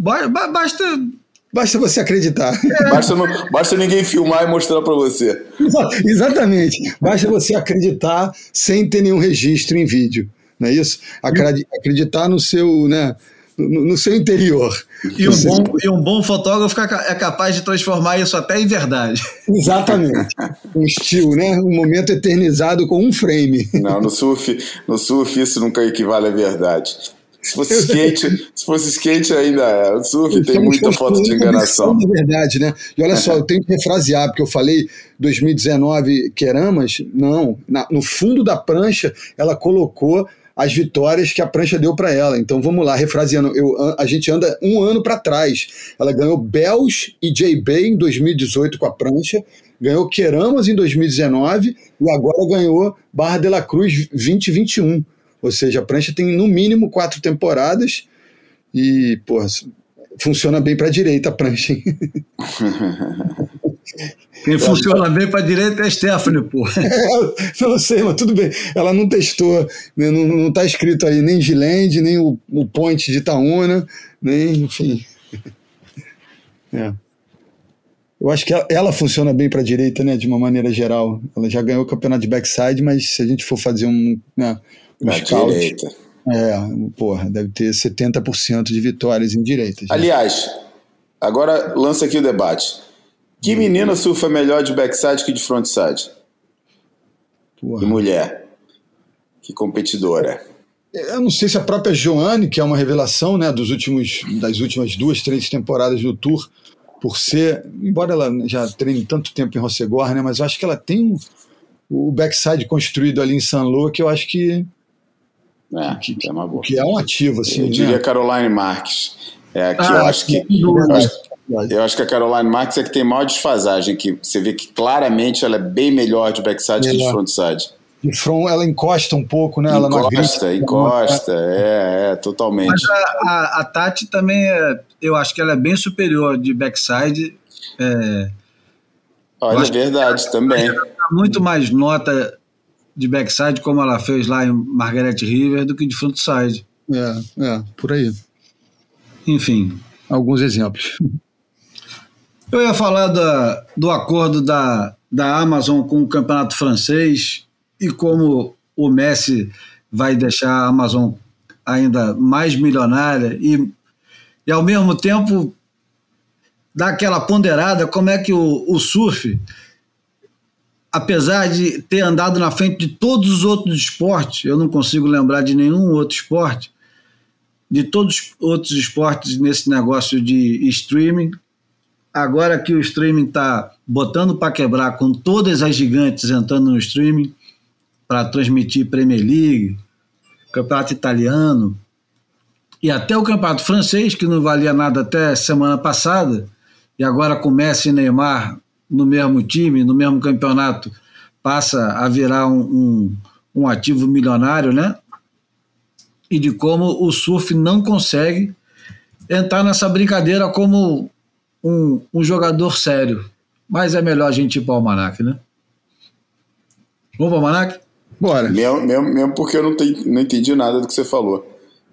você acreditar. Basta ninguém filmar e mostrar para você. Exatamente. Basta você acreditar sem ter nenhum registro em vídeo. Não é isso? Acreditar no seu, né, no seu interior. E um bom fotógrafo é capaz de transformar isso até em verdade. Exatamente. Um estilo, né? Um momento eternizado com um frame. Não, no surf isso nunca equivale à verdade. Se fosse skate ainda é. O surf tem muita foto de enganação. É verdade, né? E olha só, eu tenho que refrasear, porque eu falei 2019 Keramas, não. No fundo da prancha, ela colocou as vitórias que a prancha deu para ela. Então vamos lá, refraseando. A gente anda um ano para trás. Ela ganhou Bells e J-Bay em 2018 com a prancha, ganhou Keramas em 2019 e agora ganhou Barra de la Cruz 2021. Ou seja, a prancha tem no mínimo 4 temporadas e, porra, funciona bem para a direita a prancha, hein? Quem funciona bem para a direita é a Stephanie, pô. Não sei, mas tudo bem. Ela não testou, né? Não está escrito aí nem Giland, nem o Point de Itaúna, nem, enfim. Eu acho que ela funciona bem para a direita, né, de uma maneira geral. Ela já ganhou o campeonato de backside, mas se a gente for fazer um scout, direita. Porra, deve ter 70% de vitórias em direita. Já. Aliás, agora lança aqui o debate. Que menina surfa melhor de backside que de frontside? Porra. Que mulher. Que competidora. Eu não sei se a própria Joanne, que é uma revelação, né, das últimas 2, 3 temporadas do Tour, por ser, embora ela já treine tanto tempo em Rossegor, né, mas eu acho que ela tem o backside construído ali em St. Lô, que eu acho que é uma boa. Que é um ativo, assim. Eu diria Caroline Marques. Eu acho que a Caroline Marques é que tem maior desfasagem, que você vê que claramente ela é bem melhor de backside que de frontside. De front ela encosta um pouco, né? Encosta, totalmente. Mas a Tati também, eu acho que ela é bem superior de backside. Olha, é verdade, também. Ela dá muito mais nota de backside, como ela fez lá em Margaret River, do que de frontside. Por aí. Enfim. Alguns exemplos. Eu ia falar do acordo da Amazon com o campeonato francês e como o Messi vai deixar a Amazon ainda mais milionária e ao mesmo tempo dar aquela ponderada como é que o surf, apesar de ter andado na frente de todos os outros esportes, eu não consigo lembrar de nenhum outro esporte, de todos os outros esportes nesse negócio de streaming. Agora que o streaming está botando para quebrar com todas as gigantes entrando no streaming para transmitir Premier League, Campeonato Italiano, E até o campeonato francês, que não valia nada até semana passada, e agora com Messi e Neymar no mesmo time, no mesmo campeonato, passa a virar um ativo milionário, né? E de como o surf não consegue entrar nessa brincadeira como um jogador sério. Mas é melhor a gente ir para o Almanac, né? Vamos para o Almanac? Bora. Mesmo porque eu não entendi nada do que você falou.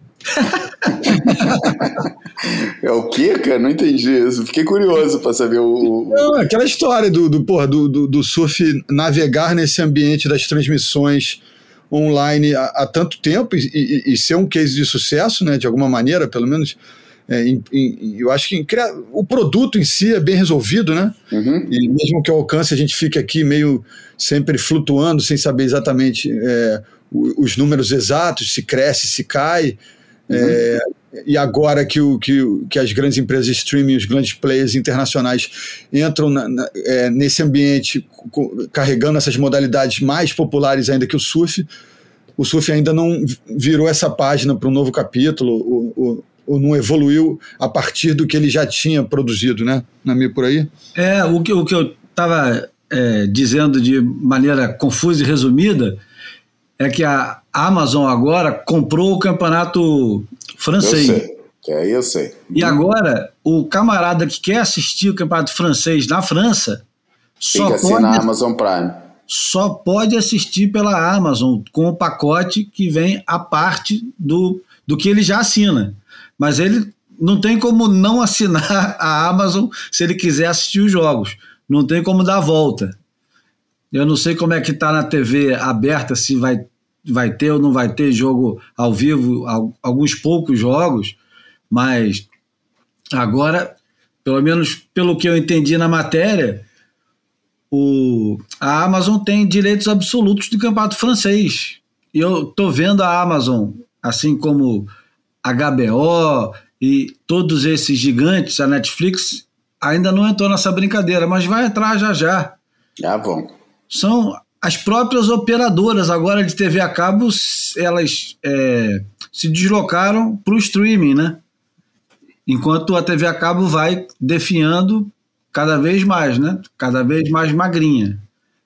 É o quê, cara? Não entendi isso. Fiquei curioso para saber Não, aquela história do surf navegar nesse ambiente das transmissões online há tanto tempo e ser um case de sucesso, né, de alguma maneira, pelo menos. Eu acho que o produto em si é bem resolvido, né? Uhum. E mesmo que o alcance a gente fique aqui meio sempre flutuando, sem saber exatamente os números exatos, se cresce, se cai. E agora que as grandes empresas de streaming, os grandes players internacionais entram nesse ambiente carregando essas modalidades mais populares ainda que o surf ainda não virou essa página para um novo capítulo, ou não evoluiu a partir do que ele já tinha produzido, né? Não é meio por aí? O que eu estava dizendo de maneira confusa e resumida é que a Amazon agora comprou o campeonato francês. Eu sei. E agora, o camarada que quer assistir o campeonato francês na França tem que assinar a Amazon Prime. Só pode assistir pela Amazon com o pacote que vem a parte do que ele já assina. Mas ele não tem como não assinar a Amazon se ele quiser assistir os jogos. Não tem como dar a volta. Eu não sei como é que está na TV aberta, se vai ter ou não vai ter jogo ao vivo, alguns poucos jogos, mas agora, pelo menos pelo que eu entendi na matéria, a Amazon tem direitos absolutos do campeonato francês. E eu estou vendo a Amazon, assim como HBO e todos esses gigantes, a Netflix ainda não entrou nessa brincadeira, mas vai entrar já. Já vão. São as próprias operadoras agora de TV a cabo, elas se deslocaram para o streaming, né? Enquanto a TV a cabo vai definhando cada vez mais, né? Cada vez mais magrinha.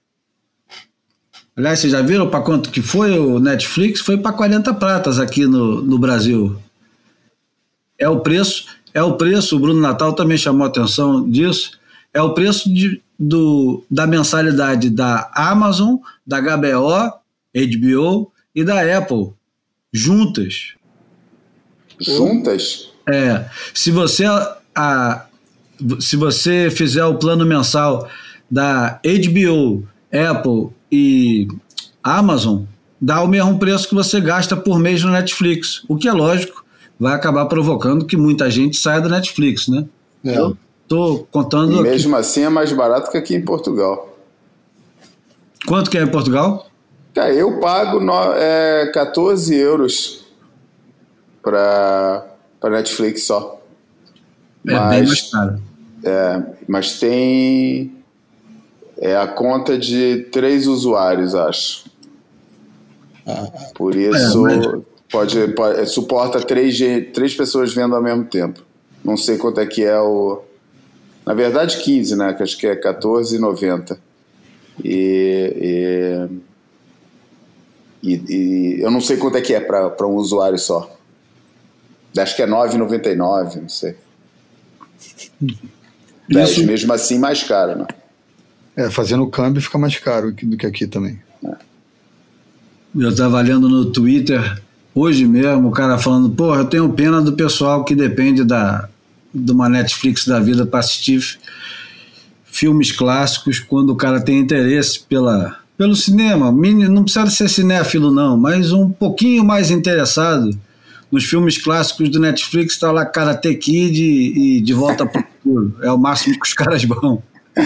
Aliás, vocês já viram para quanto que foi o Netflix? Foi para 40 pratas aqui no Brasil. É o preço, o Bruno Natal também chamou a atenção disso, é o preço da mensalidade da Amazon, da HBO e da Apple, juntas. Juntas? Se você fizer o plano mensal da HBO, Apple e Amazon, dá o mesmo preço que você gasta por mês no Netflix, o que é lógico, vai acabar provocando que muita gente saia do Netflix, né? Eu tô contando... E mesmo assim é mais barato que aqui em Portugal. Quanto que é em Portugal? Eu pago 14 euros para Netflix só. Bem mais caro. Mas tem a conta de 3 usuários, acho. Por isso pode suporta 3 pessoas vendo ao mesmo tempo. Não sei quanto é que é na verdade 15, né? Que acho que é R$14,90. E eu não sei quanto é que é para um usuário só. Acho que é R$9,99, não sei. Isso, mesmo assim mais caro, né? Fazendo o câmbio fica mais caro do que aqui também. Eu estava lendo no Twitter hoje mesmo, o cara falando, eu tenho pena do pessoal que depende de uma Netflix da vida para assistir filmes clássicos quando o cara tem interesse pelo cinema. Não precisa ser cinéfilo não, mas um pouquinho mais interessado nos filmes clássicos do Netflix. Está lá Karate Kid e De Volta para o Futuro. É o máximo que os caras vão.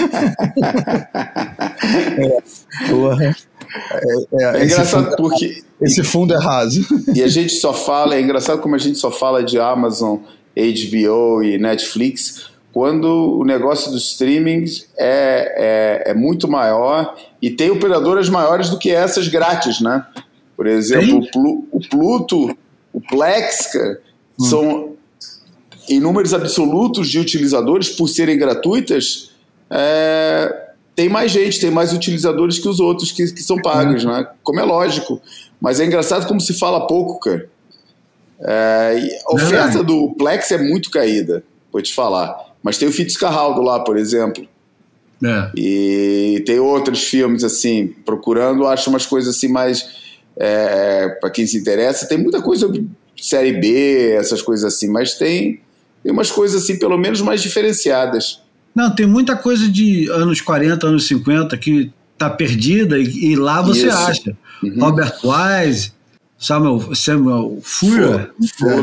É engraçado porque esse fundo é raso. E a gente só fala, é engraçado como a gente só fala de Amazon, HBO e Netflix quando o negócio do streaming é muito maior e tem operadoras maiores do que essas grátis, né? Por exemplo, o Pluto, o Plex, cara, são em números absolutos de utilizadores, por serem gratuitas, tem mais gente, tem mais utilizadores que os outros que são pagos, né? Como é lógico. Mas é engraçado como se fala pouco, cara. A oferta do Plex é muito caída, vou te falar. Mas tem o Fitzcarraldo lá, por exemplo. E tem outros filmes, assim, procurando, acho umas coisas assim mais... para quem se interessa, tem muita coisa, série B, essas coisas assim, mas tem umas coisas assim, pelo menos mais diferenciadas. Não, tem muita coisa de anos 40, anos 50 que tá perdida e lá você acha. Robert Wise, Samuel Fuller.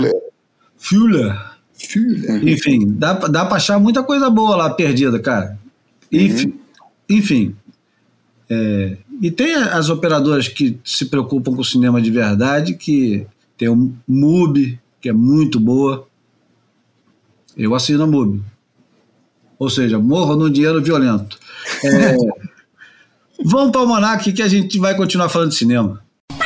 Enfim, dá pra achar muita coisa boa lá perdida, cara. Enfim. E tem as operadoras que se preocupam com o cinema de verdade, que tem o MUBI, que é muito boa. Eu assino a MUBI. Ou seja, morro no dinheiro violento. Vamos para o Almanac, que a gente vai continuar falando de cinema.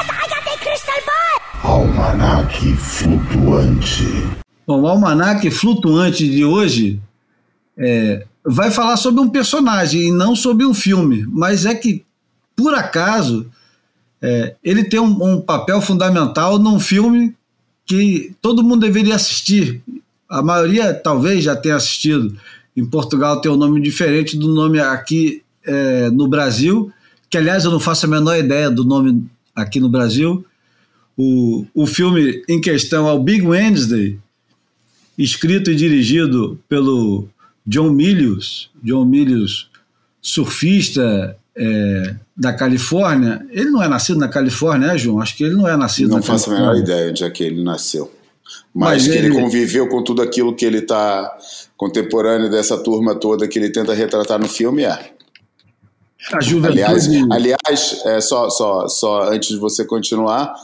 Almanac Flutuante. Bom, o Almanac Flutuante de hoje vai falar sobre um personagem e não sobre um filme, mas é que, por acaso, ele tem um papel fundamental num filme que todo mundo deveria assistir. A maioria talvez já tenha assistido. Em Portugal tem um nome diferente do nome aqui no Brasil, que aliás eu não faço a menor ideia do nome aqui no Brasil. O filme em questão é o Big Wednesday, escrito e dirigido pelo John Milius, surfista da Califórnia. Ele não é nascido na Califórnia, João? Acho que ele não é nascido na Califórnia. Não faço a menor ideia onde é que ele nasceu. Mas que ele conviveu com tudo aquilo que ele está contemporâneo dessa turma toda que ele tenta retratar no filme. A juventude... Aliás, só antes de você continuar,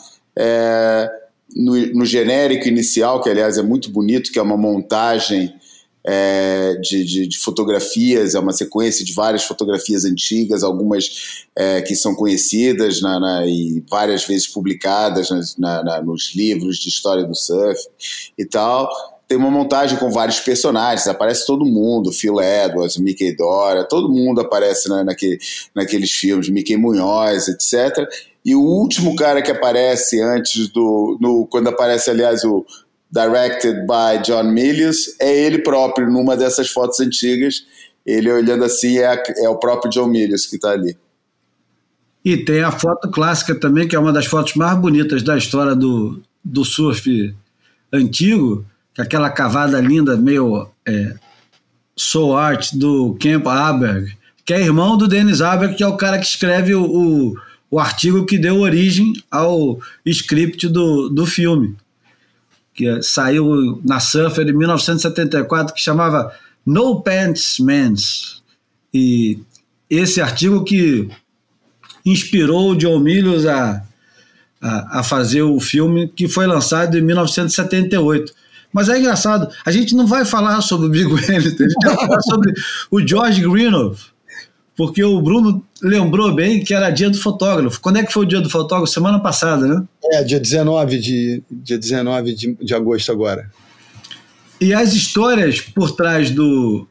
no genérico inicial, que aliás é muito bonito, que é uma montagem de fotografias, é uma sequência de várias fotografias antigas, algumas que são conhecidas e várias vezes publicadas nos livros de história do surf e tal. Tem uma montagem com vários personagens, aparece todo mundo, Phil Edwards, Mickey Dora, todo mundo aparece naqueles filmes, Mickey Munhoz, etc. E o último cara que aparece antes quando aparece, aliás, o Directed by John Milius, é ele próprio, numa dessas fotos antigas, ele olhando assim, é o próprio John Milius que está ali. E tem a foto clássica também, que é uma das fotos mais bonitas da história do surf antigo, que é aquela cavada linda, meio soul art do Kemp Aberg, que é irmão do Dennis Aberg, que é o cara que escreve o artigo que deu origem ao script do filme, que saiu na Surfer em 1974, que chamava No Pants Men's. E esse artigo que inspirou o John Milius a fazer o filme, que foi lançado em 1978. Mas é engraçado, a gente não vai falar sobre o Big Wednesday, a gente vai falar sobre o George Greenough, porque o Bruno lembrou bem que era dia do fotógrafo. Quando é que foi o dia do fotógrafo? Semana passada, né? Dia 19 de agosto agora. E as histórias por trás do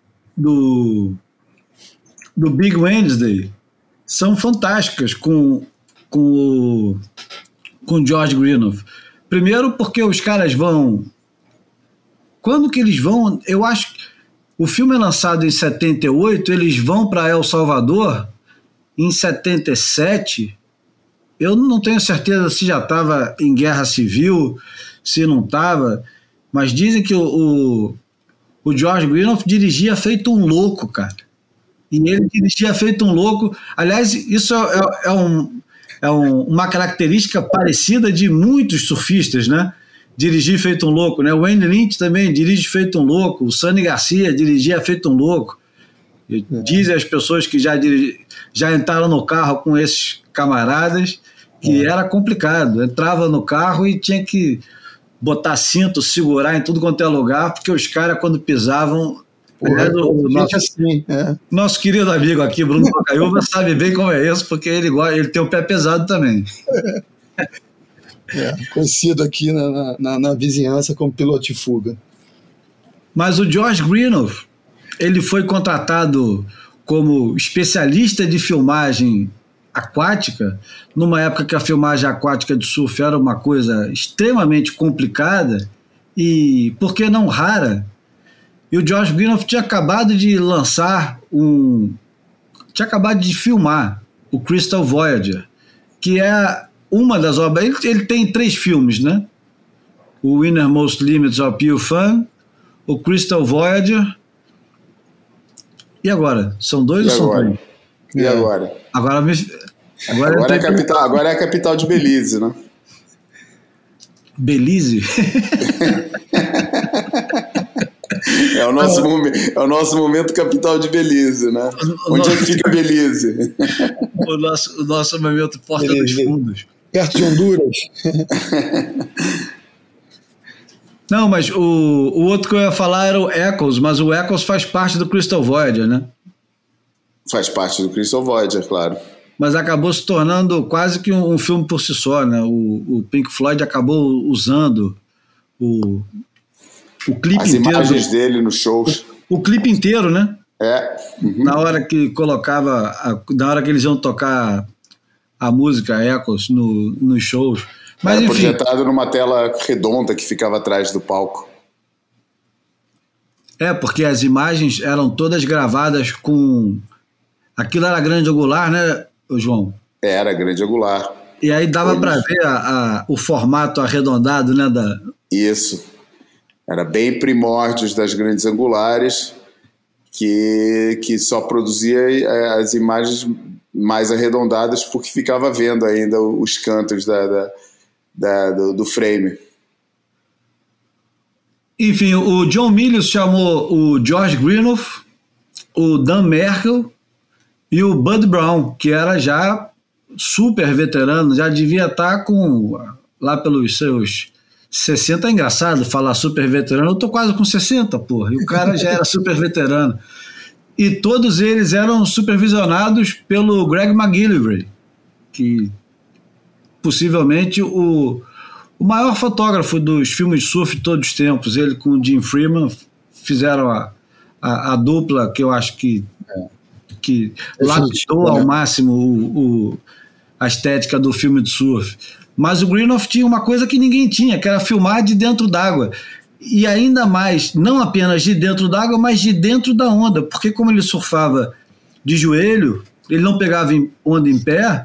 Big Wednesday são fantásticas com o George Greenough. Primeiro porque os caras vão... Quando que eles vão? Eu acho que o filme é lançado em 78, eles vão para El Salvador em 77. Eu não tenho certeza se já estava em guerra civil, se não estava, mas dizem que o George Greenough dirigia feito um louco, cara. E ele dirigia feito um louco. Aliás, isso uma característica parecida de muitos surfistas, né? Dirigir feito um louco, né? O Wayne Lynch também dirige feito um louco, o Sunny Garcia dirigia feito um louco. Dizem as pessoas que já entraram no carro com esses camaradas que era complicado. Entrava no carro e tinha que botar cinto, segurar em tudo quanto é lugar, porque os caras, quando pisavam... Nosso querido amigo aqui, Bruno Bocaiúva, sabe bem como é isso, porque ele tem o pé pesado também. Conhecido aqui na vizinhança como piloto de fuga. Mas o Josh Greenough, ele foi contratado como especialista de filmagem aquática, numa época que a filmagem aquática de surf era uma coisa extremamente complicada e, por que não rara? E o Josh Greenough tinha acabado de filmar o Crystal Voyager, que é uma das obras. Ele tem 3 filmes, né? O Innermost Limits of Pure Fun, o Crystal Voyager. E agora? São 2 ou são 3? E agora? Agora é a capital de Belize, né? Belize? É o nosso momento capital de Belize, né? Onde é que fica Belize? O nosso momento Porta dos Fundos. Perto de Honduras. Não, mas o outro que eu ia falar era o Echoes, mas o Echoes faz parte do Crystal Voyager, né? Faz parte do Crystal Voyager, claro. Mas acabou se tornando quase que um filme por si só, né? O Pink Floyd acabou usando o clipe as inteiro. As imagens dele nos shows. O clipe inteiro, né? Uhum. Na hora que na hora que eles iam tocar a música Echoes nos shows. Mas era enfim, projetado numa tela redonda que ficava atrás do palco. Porque as imagens eram todas gravadas com... Aquilo era grande angular, né, João? Era grande angular. E aí dava para ver o formato arredondado, né? Isso. Era bem primórdios das grandes angulares, que só produzia as imagens mais arredondadas porque ficava vendo ainda os cantos do frame. Enfim, o John Milius chamou o Josh Greenough, o Dan Merkel e o Bud Brown, que era já super veterano, já devia estar lá pelos seus 60. É engraçado falar super veterano, eu tô quase com 60, porra, e o cara já era super veterano. E todos eles eram supervisionados pelo Greg McGillivray, que possivelmente o maior fotógrafo dos filmes de surf de todos os tempos. Ele com o Jim Freeman fizeram a dupla que eu acho que lapidou ao máximo a estética do filme de surf. Mas o Greenough tinha uma coisa que ninguém tinha, que era filmar de dentro d'água. E ainda mais, não apenas de dentro d'água, mas de dentro da onda, porque como ele surfava de joelho, ele não pegava onda em pé,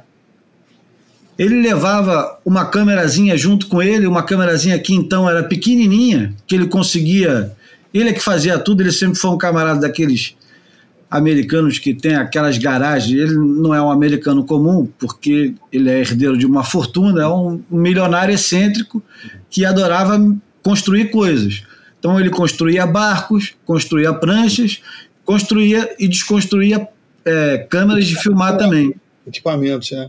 ele levava uma câmerazinha junto com ele, uma câmerazinha que então era pequenininha, que ele conseguia, ele é que fazia tudo, ele sempre foi um camarada daqueles americanos que tem aquelas garagens. Ele não é um americano comum, porque ele é herdeiro de uma fortuna, é um milionário excêntrico que adorava construir coisas. Então ele construía barcos, construía pranchas, construía e desconstruía câmeras de filmar também. Equipamentos, né?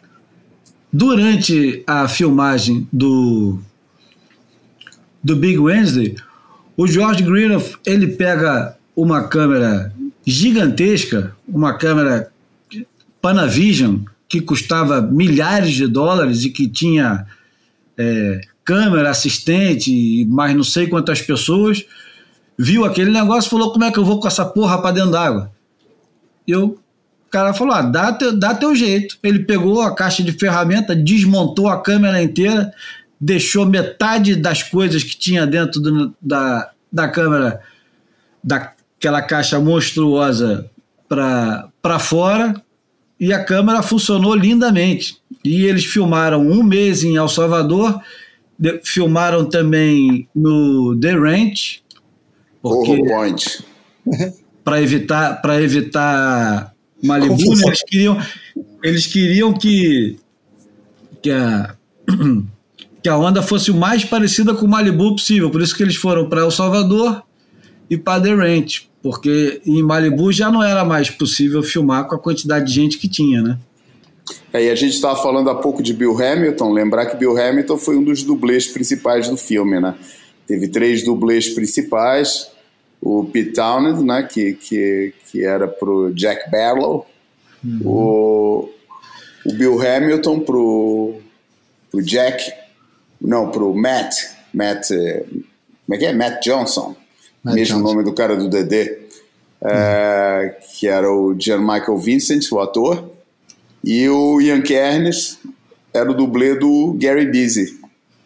Durante a filmagem do Big Wednesday, o George Greenough, ele pega uma câmera gigantesca, uma câmera Panavision, que custava milhares de dólares e que tinha câmera, assistente e mais não sei quantas pessoas, viu aquele negócio e falou: como é que eu vou com essa porra para dentro d'água? E o cara falou: dá teu jeito. Ele pegou a caixa de ferramenta, desmontou a câmera inteira, deixou metade das coisas que tinha dentro da câmera, daquela caixa monstruosa, para fora, e a câmera funcionou lindamente. E eles filmaram 1 mês em El Salvador, filmaram também no The Ranch, para evitar Malibu, né? Eles queriam que a onda fosse o mais parecida com o Malibu possível, por isso que eles foram para El Salvador e para The Ranch, porque em Malibu já não era mais possível filmar com a quantidade de gente que tinha, né? E a gente estava falando há pouco de Bill Hamilton. Lembrar que Bill Hamilton foi um dos dublês principais do filme, né? Teve 3 dublês principais: o Pete Townend, né? que era pro Jack Barlow, o Bill Hamilton pro Jack, Não, pro Matt, como é que é? Matt Johnson, mesmo Johnson. nome do cara do Dedê, que era o Jan-Michael Vincent, o ator, e o Ian Kernes era o dublê do Gary Busey.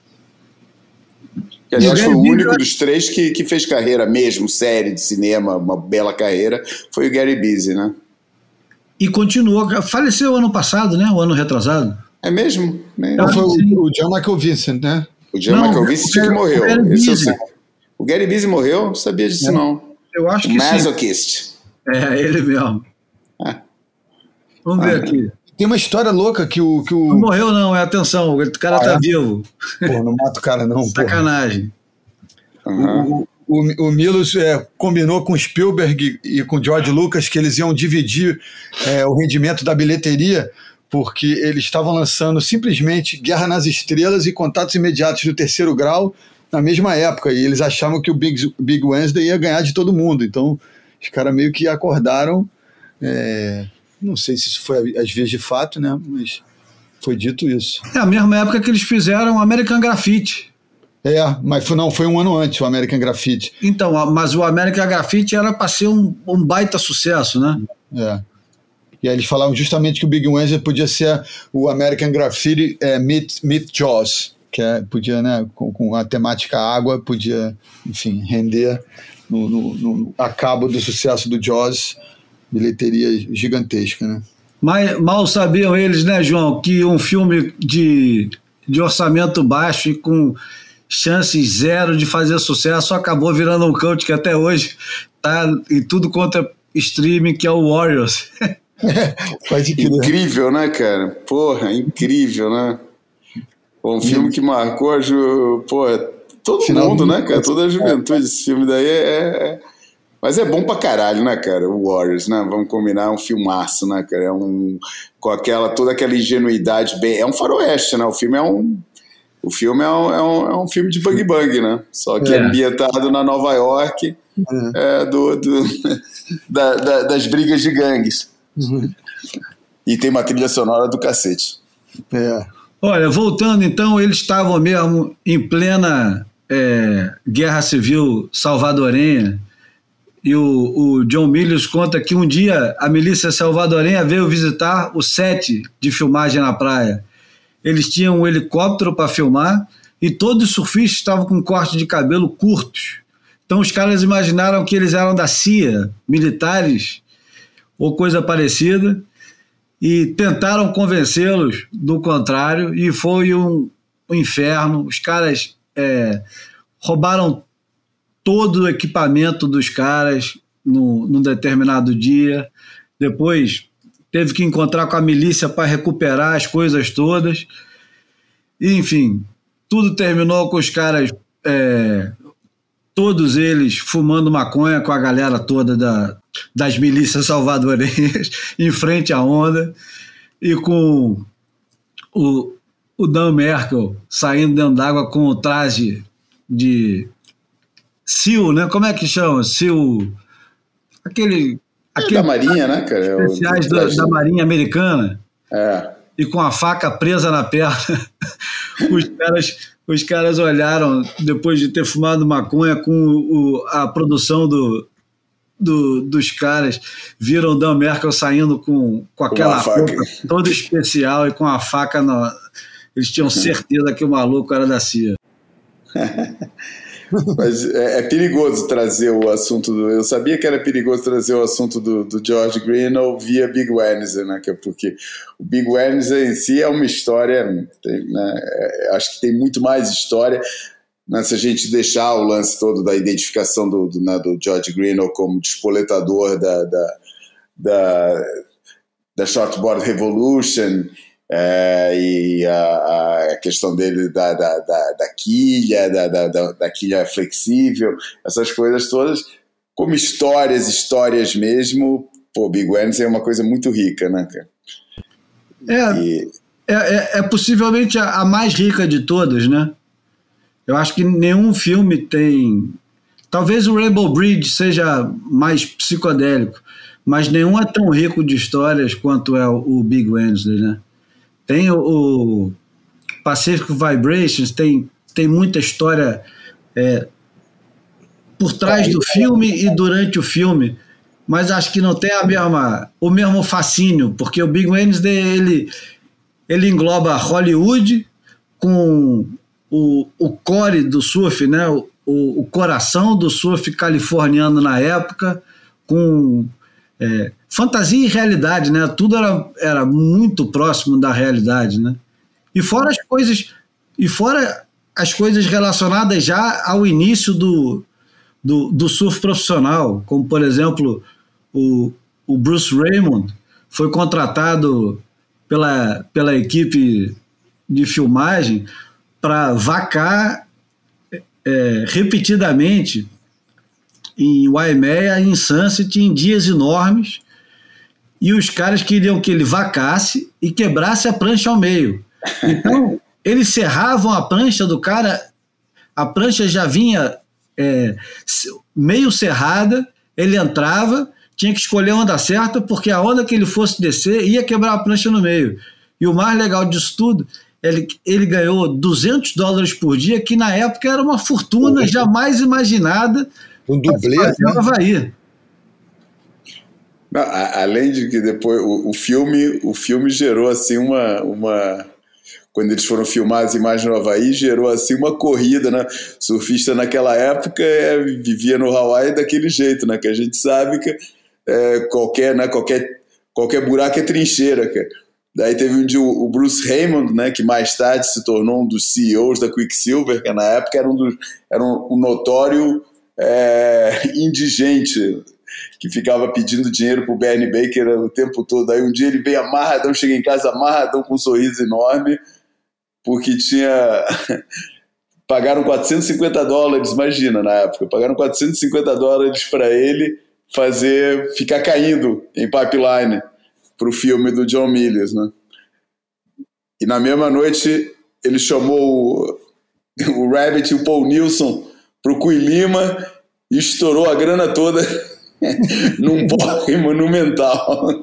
Que, aliás, foi o único dos três que fez carreira mesmo, série de cinema, uma bela carreira, foi o Gary Busey, né? E continuou, faleceu ano passado, né? O ano retrasado. É mesmo? Não, foi o John Michael Vincent, né? O Jan-Michael Vincent que morreu. O Gary Busey morreu? Não sabia disso, não. Eu acho que Masochist. É, ele mesmo. Vamos ver aqui. Tem uma história louca que o... Não morreu não, atenção, o cara tá vivo. Pô, não mata o cara não, Sacanagem. O Milos combinou com Spielberg e com George Lucas que eles iam dividir o rendimento da bilheteria, porque eles estavam lançando simplesmente Guerra nas Estrelas e Contatos Imediatos do Terceiro Grau na mesma época, e eles achavam que o Big Wednesday ia ganhar de todo mundo. Então os caras meio que acordaram, não sei se isso foi às vezes de fato, né? Mas foi dito isso. É a mesma época que eles fizeram American Graffiti. Mas foi um ano antes o American Graffiti. Então, mas o American Graffiti era para ser um baita sucesso, né? E aí eles falavam justamente que o Big Wednesday podia ser o American Graffiti Meet Jaws, que podia, né, com a temática água, podia, enfim, render no acabo do sucesso do Jaws, bilheteria gigantesca, né? Mas mal sabiam eles, né, João, que um filme de orçamento baixo e com chances zero de fazer sucesso acabou virando um cult que até hoje tá em tudo quanto é streaming, que é o Warriors. Incrível, né, cara? Porra, incrível, né? Um filme que marcou todo mundo, né, cara? Toda a juventude. Esse filme daí Mas é bom pra caralho, né, cara? O Warriors, né? Vamos combinar, é um filmaço, né, cara? Com toda aquela ingenuidade É um faroeste, né? O filme é um filme de bang bang, né? Só que ambientado na Nova York, das brigas de gangues. E tem uma trilha sonora do cacete. Olha, voltando então, eles estavam mesmo em plena guerra civil salvadorenha, e o John Milius conta que um dia a milícia salvadorenha veio visitar o set de filmagem na praia. Eles tinham um helicóptero para filmar e todos os surfistas estavam com corte de cabelo curtos. Então os caras imaginaram que eles eram da CIA, militares ou coisa parecida, e tentaram convencê-los do contrário, e foi um inferno. Os caras roubaram todo o equipamento dos caras num determinado dia. Depois teve que encontrar com a milícia para recuperar as coisas todas. E, enfim, tudo terminou com os caras, todos eles fumando maconha com a galera toda das milícias salvadorenhas em frente à onda, e com o Dan Merkel saindo dentro d'água com o traje de SEAL, né? Como é que chama? SEAL... Aquele da Marinha, né, cara? Especiais da Marinha Americana. E com a faca presa na perna. Os caras olharam, depois de ter fumado maconha, com a produção dos caras, viram o Dan Merkel saindo com aquela roupa toda especial e com a faca. Eles tinham certeza que o maluco era da CIA. Mas é perigoso trazer o assunto eu sabia que era perigoso trazer o assunto do George Greenaway via Big Wednesday, né? Porque o Big Wednesday em si é uma história, né? Acho que tem muito mais história, né? Se a gente deixar o lance todo da identificação do George Greenaway como despoletador da Shortboard Revolution, e a questão dele da quilha flexível, essas coisas todas, como histórias mesmo. Big Wednesday é uma coisa muito rica, né, cara? É possivelmente a mais rica de todas, né? Eu acho que nenhum filme tem... Talvez o Rainbow Bridge seja mais psicodélico, mas nenhum é tão rico de histórias quanto é o Big Wednesday, né? Tem o Pacific Vibrations tem muita história por trás do filme e durante o filme, mas acho que não tem o mesmo fascínio, porque o Big Wednesday ele engloba Hollywood com o core do surf, né? O coração do surf californiano na época, com fantasia e realidade, né? Tudo era muito próximo da realidade, né? E fora as coisas relacionadas já ao início do surf profissional, como, por exemplo, o Bruce Raymond foi contratado pela equipe de filmagem para vacar repetidamente em Waimea e em Sunset em dias enormes, e os caras queriam que ele vacasse e quebrasse a prancha ao meio. Então, eles serravam a prancha do cara, a prancha já vinha meio serrada, ele entrava, tinha que escolher a onda certa, porque a onda que ele fosse descer ia quebrar a prancha no meio. E o mais legal disso tudo, ele ganhou $200 por dia, que na época era uma fortuna jamais imaginada. Um dublê, né? No Havaí. Não, além de que depois o filme gerou assim uma quando eles foram filmar as imagens no Havaí, gerou assim uma corrida, né? Surfista naquela época vivia no Hawaii daquele jeito, né? Que a gente sabe que qualquer buraco é trincheira, cara. Daí teve um dia o Bruce Raymond, né? Que mais tarde se tornou um dos CEOs da Quicksilver, que na época era um notório indigente, que ficava pedindo dinheiro pro Bernie Baker o tempo todo. Aí um dia ele veio amarradão, cheguei em casa amarradão com um sorriso enorme, porque pagaram $450, imagina, na época, pagaram $450 para ele ficar caindo em pipeline pro filme do John Milius, né? E na mesma noite ele chamou o Rabbit e o Paul Nilsson pro Cui Lima e estourou a grana toda num porre monumental.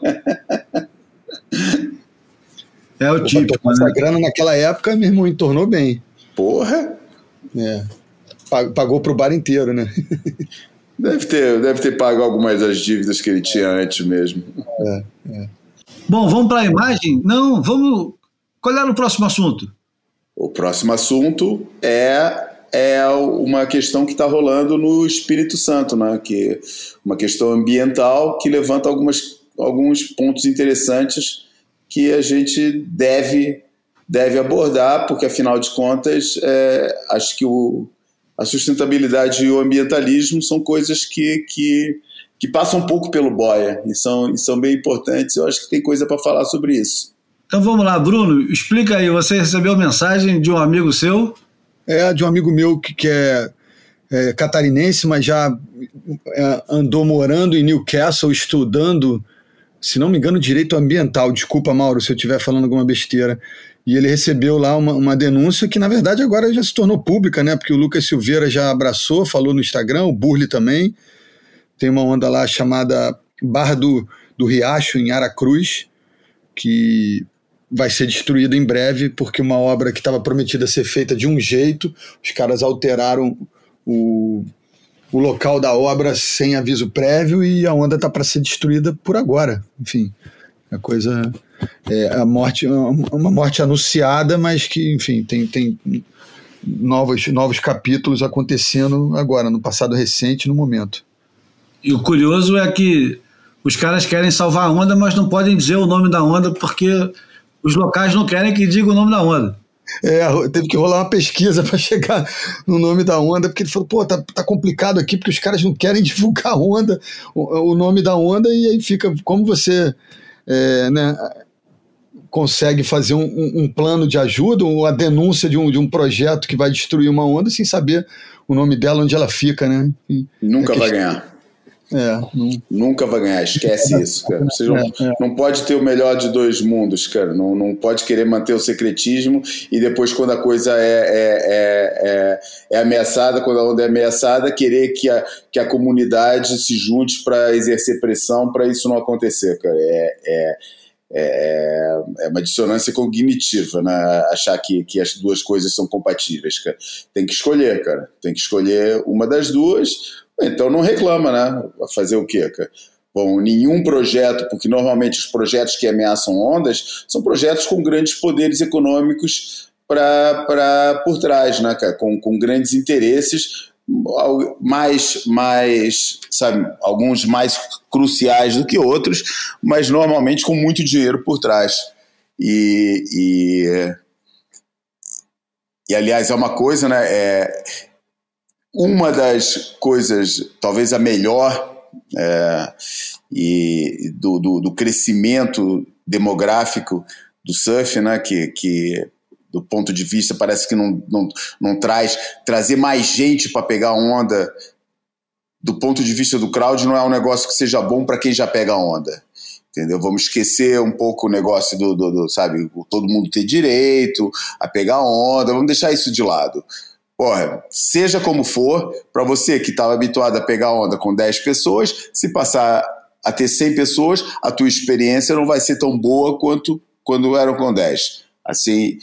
É o típico, essa né? grana naquela época, meu irmão, entornou bem. Porra! Pagou pro bar inteiro, né? Deve ter pago algumas das dívidas que ele tinha antes mesmo. Bom, vamos para a imagem? Não, vamos... Qual era o próximo assunto? O próximo assunto é uma questão que está rolando no Espírito Santo, né? Que é uma questão ambiental que levanta alguns pontos interessantes que a gente deve abordar, porque, afinal de contas, acho que a sustentabilidade e o ambientalismo são coisas que passam um pouco pelo boia e são bem importantes. Eu acho que tem coisa para falar sobre isso. Então vamos lá, Bruno, explica aí, você recebeu mensagem de um amigo seu? De um amigo meu que é catarinense, mas já andou morando em Newcastle, estudando, se não me engano, direito ambiental. Desculpa, Mauro, se eu estiver falando alguma besteira. E ele recebeu lá uma denúncia que, na verdade, agora já se tornou pública, né? Porque o Lucas Silveira já abraçou, falou no Instagram, o Burle também. Tem uma onda lá chamada Barra do Riacho, em Aracruz, que vai ser destruída em breve, porque uma obra que estava prometida ser feita de um jeito, os caras alteraram o local da obra sem aviso prévio e a onda está para ser destruída por agora. Enfim, a coisa uma morte anunciada, mas que, enfim, tem novos capítulos acontecendo agora, no passado recente, no momento. E o curioso é que os caras querem salvar a onda, mas não podem dizer o nome da onda porque os locais não querem que diga o nome da onda. Teve que rolar uma pesquisa para chegar no nome da onda, porque ele falou, tá complicado aqui, porque os caras não querem divulgar a onda, o nome da onda, e aí fica, como você consegue fazer um plano de ajuda, ou a denúncia de um projeto que vai destruir uma onda, sem saber o nome dela, onde ela fica, né? Nunca vai ganhar. Nunca vai ganhar, esquece isso, cara. Você não pode ter o melhor de dois mundos, cara. Não pode querer manter o secretismo e depois, quando a coisa é ameaçada, quando a onda é ameaçada, querer que a comunidade se junte para exercer pressão para isso não acontecer, cara. É uma dissonância cognitiva, né? Achar que as duas coisas são compatíveis, cara. Tem que escolher, cara. Tem que escolher uma das duas, então não reclama, né? Vai fazer o quê, cara? Bom, nenhum projeto, porque normalmente os projetos que ameaçam ondas são projetos com grandes poderes econômicos por trás, né, cara? Com grandes interesses, sabe, alguns mais cruciais do que outros, mas normalmente com muito dinheiro por trás. E aliás, é uma coisa, né? Uma das coisas, talvez a melhor, e do crescimento demográfico do surf, né, que do ponto de vista parece que não trazer mais gente para pegar onda, do ponto de vista do crowd, não é um negócio que seja bom para quem já pega onda, entendeu? Vamos esquecer um pouco o negócio sabe, todo mundo ter direito a pegar onda, vamos deixar isso de lado. Porra, seja como for, para você que estava habituado a pegar onda com 10 pessoas, se passar a ter 100 pessoas, a tua experiência não vai ser tão boa quanto quando eram com 10. Assim,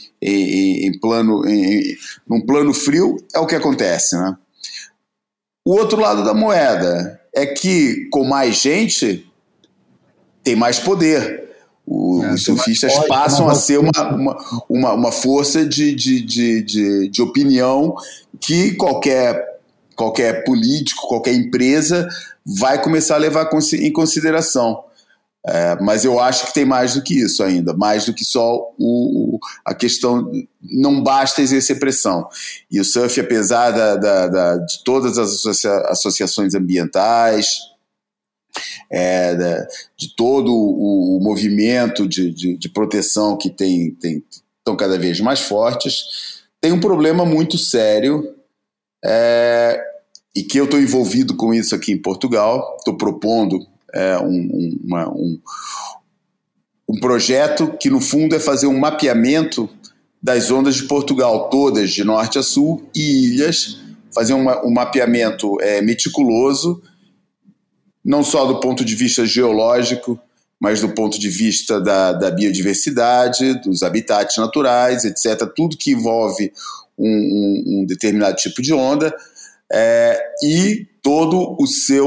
num plano frio, é o que acontece, né? O outro lado da moeda é que, com mais gente, tem mais poder. Os surfistas passam a ser uma força de opinião que qualquer político, qualquer empresa vai começar a levar em consideração. Mas eu acho que tem mais do que isso ainda, mais do que só a questão, não basta exercer pressão. E o surf, apesar de todas as associações ambientais, de todo o movimento de proteção que estão cada vez mais fortes, tem um problema muito sério, e que eu estou envolvido com isso aqui em Portugal. Estou propondo um projeto que, no fundo, é fazer um mapeamento das ondas de Portugal, todas de norte a sul, e ilhas, fazer um mapeamento meticuloso, não só do ponto de vista geológico, mas do ponto de vista da biodiversidade, dos habitats naturais, etc., tudo que envolve um determinado tipo de onda, e todo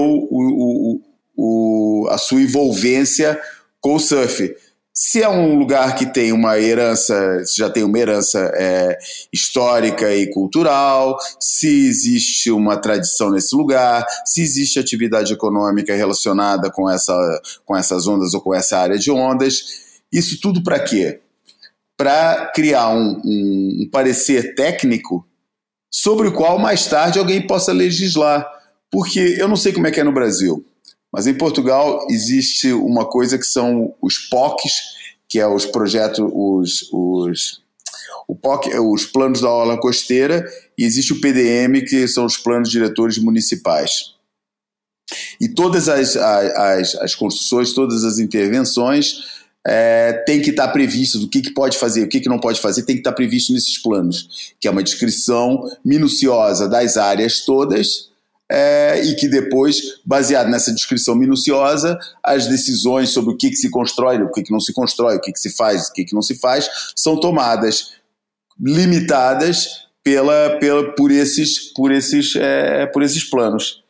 a sua envolvência com o surf. Se é um lugar que tem uma herança, se já tem uma herança histórica e cultural, se existe uma tradição nesse lugar, se existe atividade econômica relacionada com essas ondas ou com essa área de ondas, isso tudo para quê? Para criar um parecer técnico sobre o qual mais tarde alguém possa legislar. Porque eu não sei como é que é no Brasil, mas em Portugal existe uma coisa que são os POCs, que é os projetos, os planos da orla costeira, e existe o PDM, que são os planos diretores municipais. E todas as construções, todas as intervenções tem que estar previsto o que pode fazer, o que não pode fazer, tem que estar previsto nesses planos, que é uma descrição minuciosa das áreas todas, e que depois, baseado nessa descrição minuciosa, as decisões sobre o que se constrói, o que não se constrói, o que se faz, o que não se faz, são tomadas, limitadas por esses planos.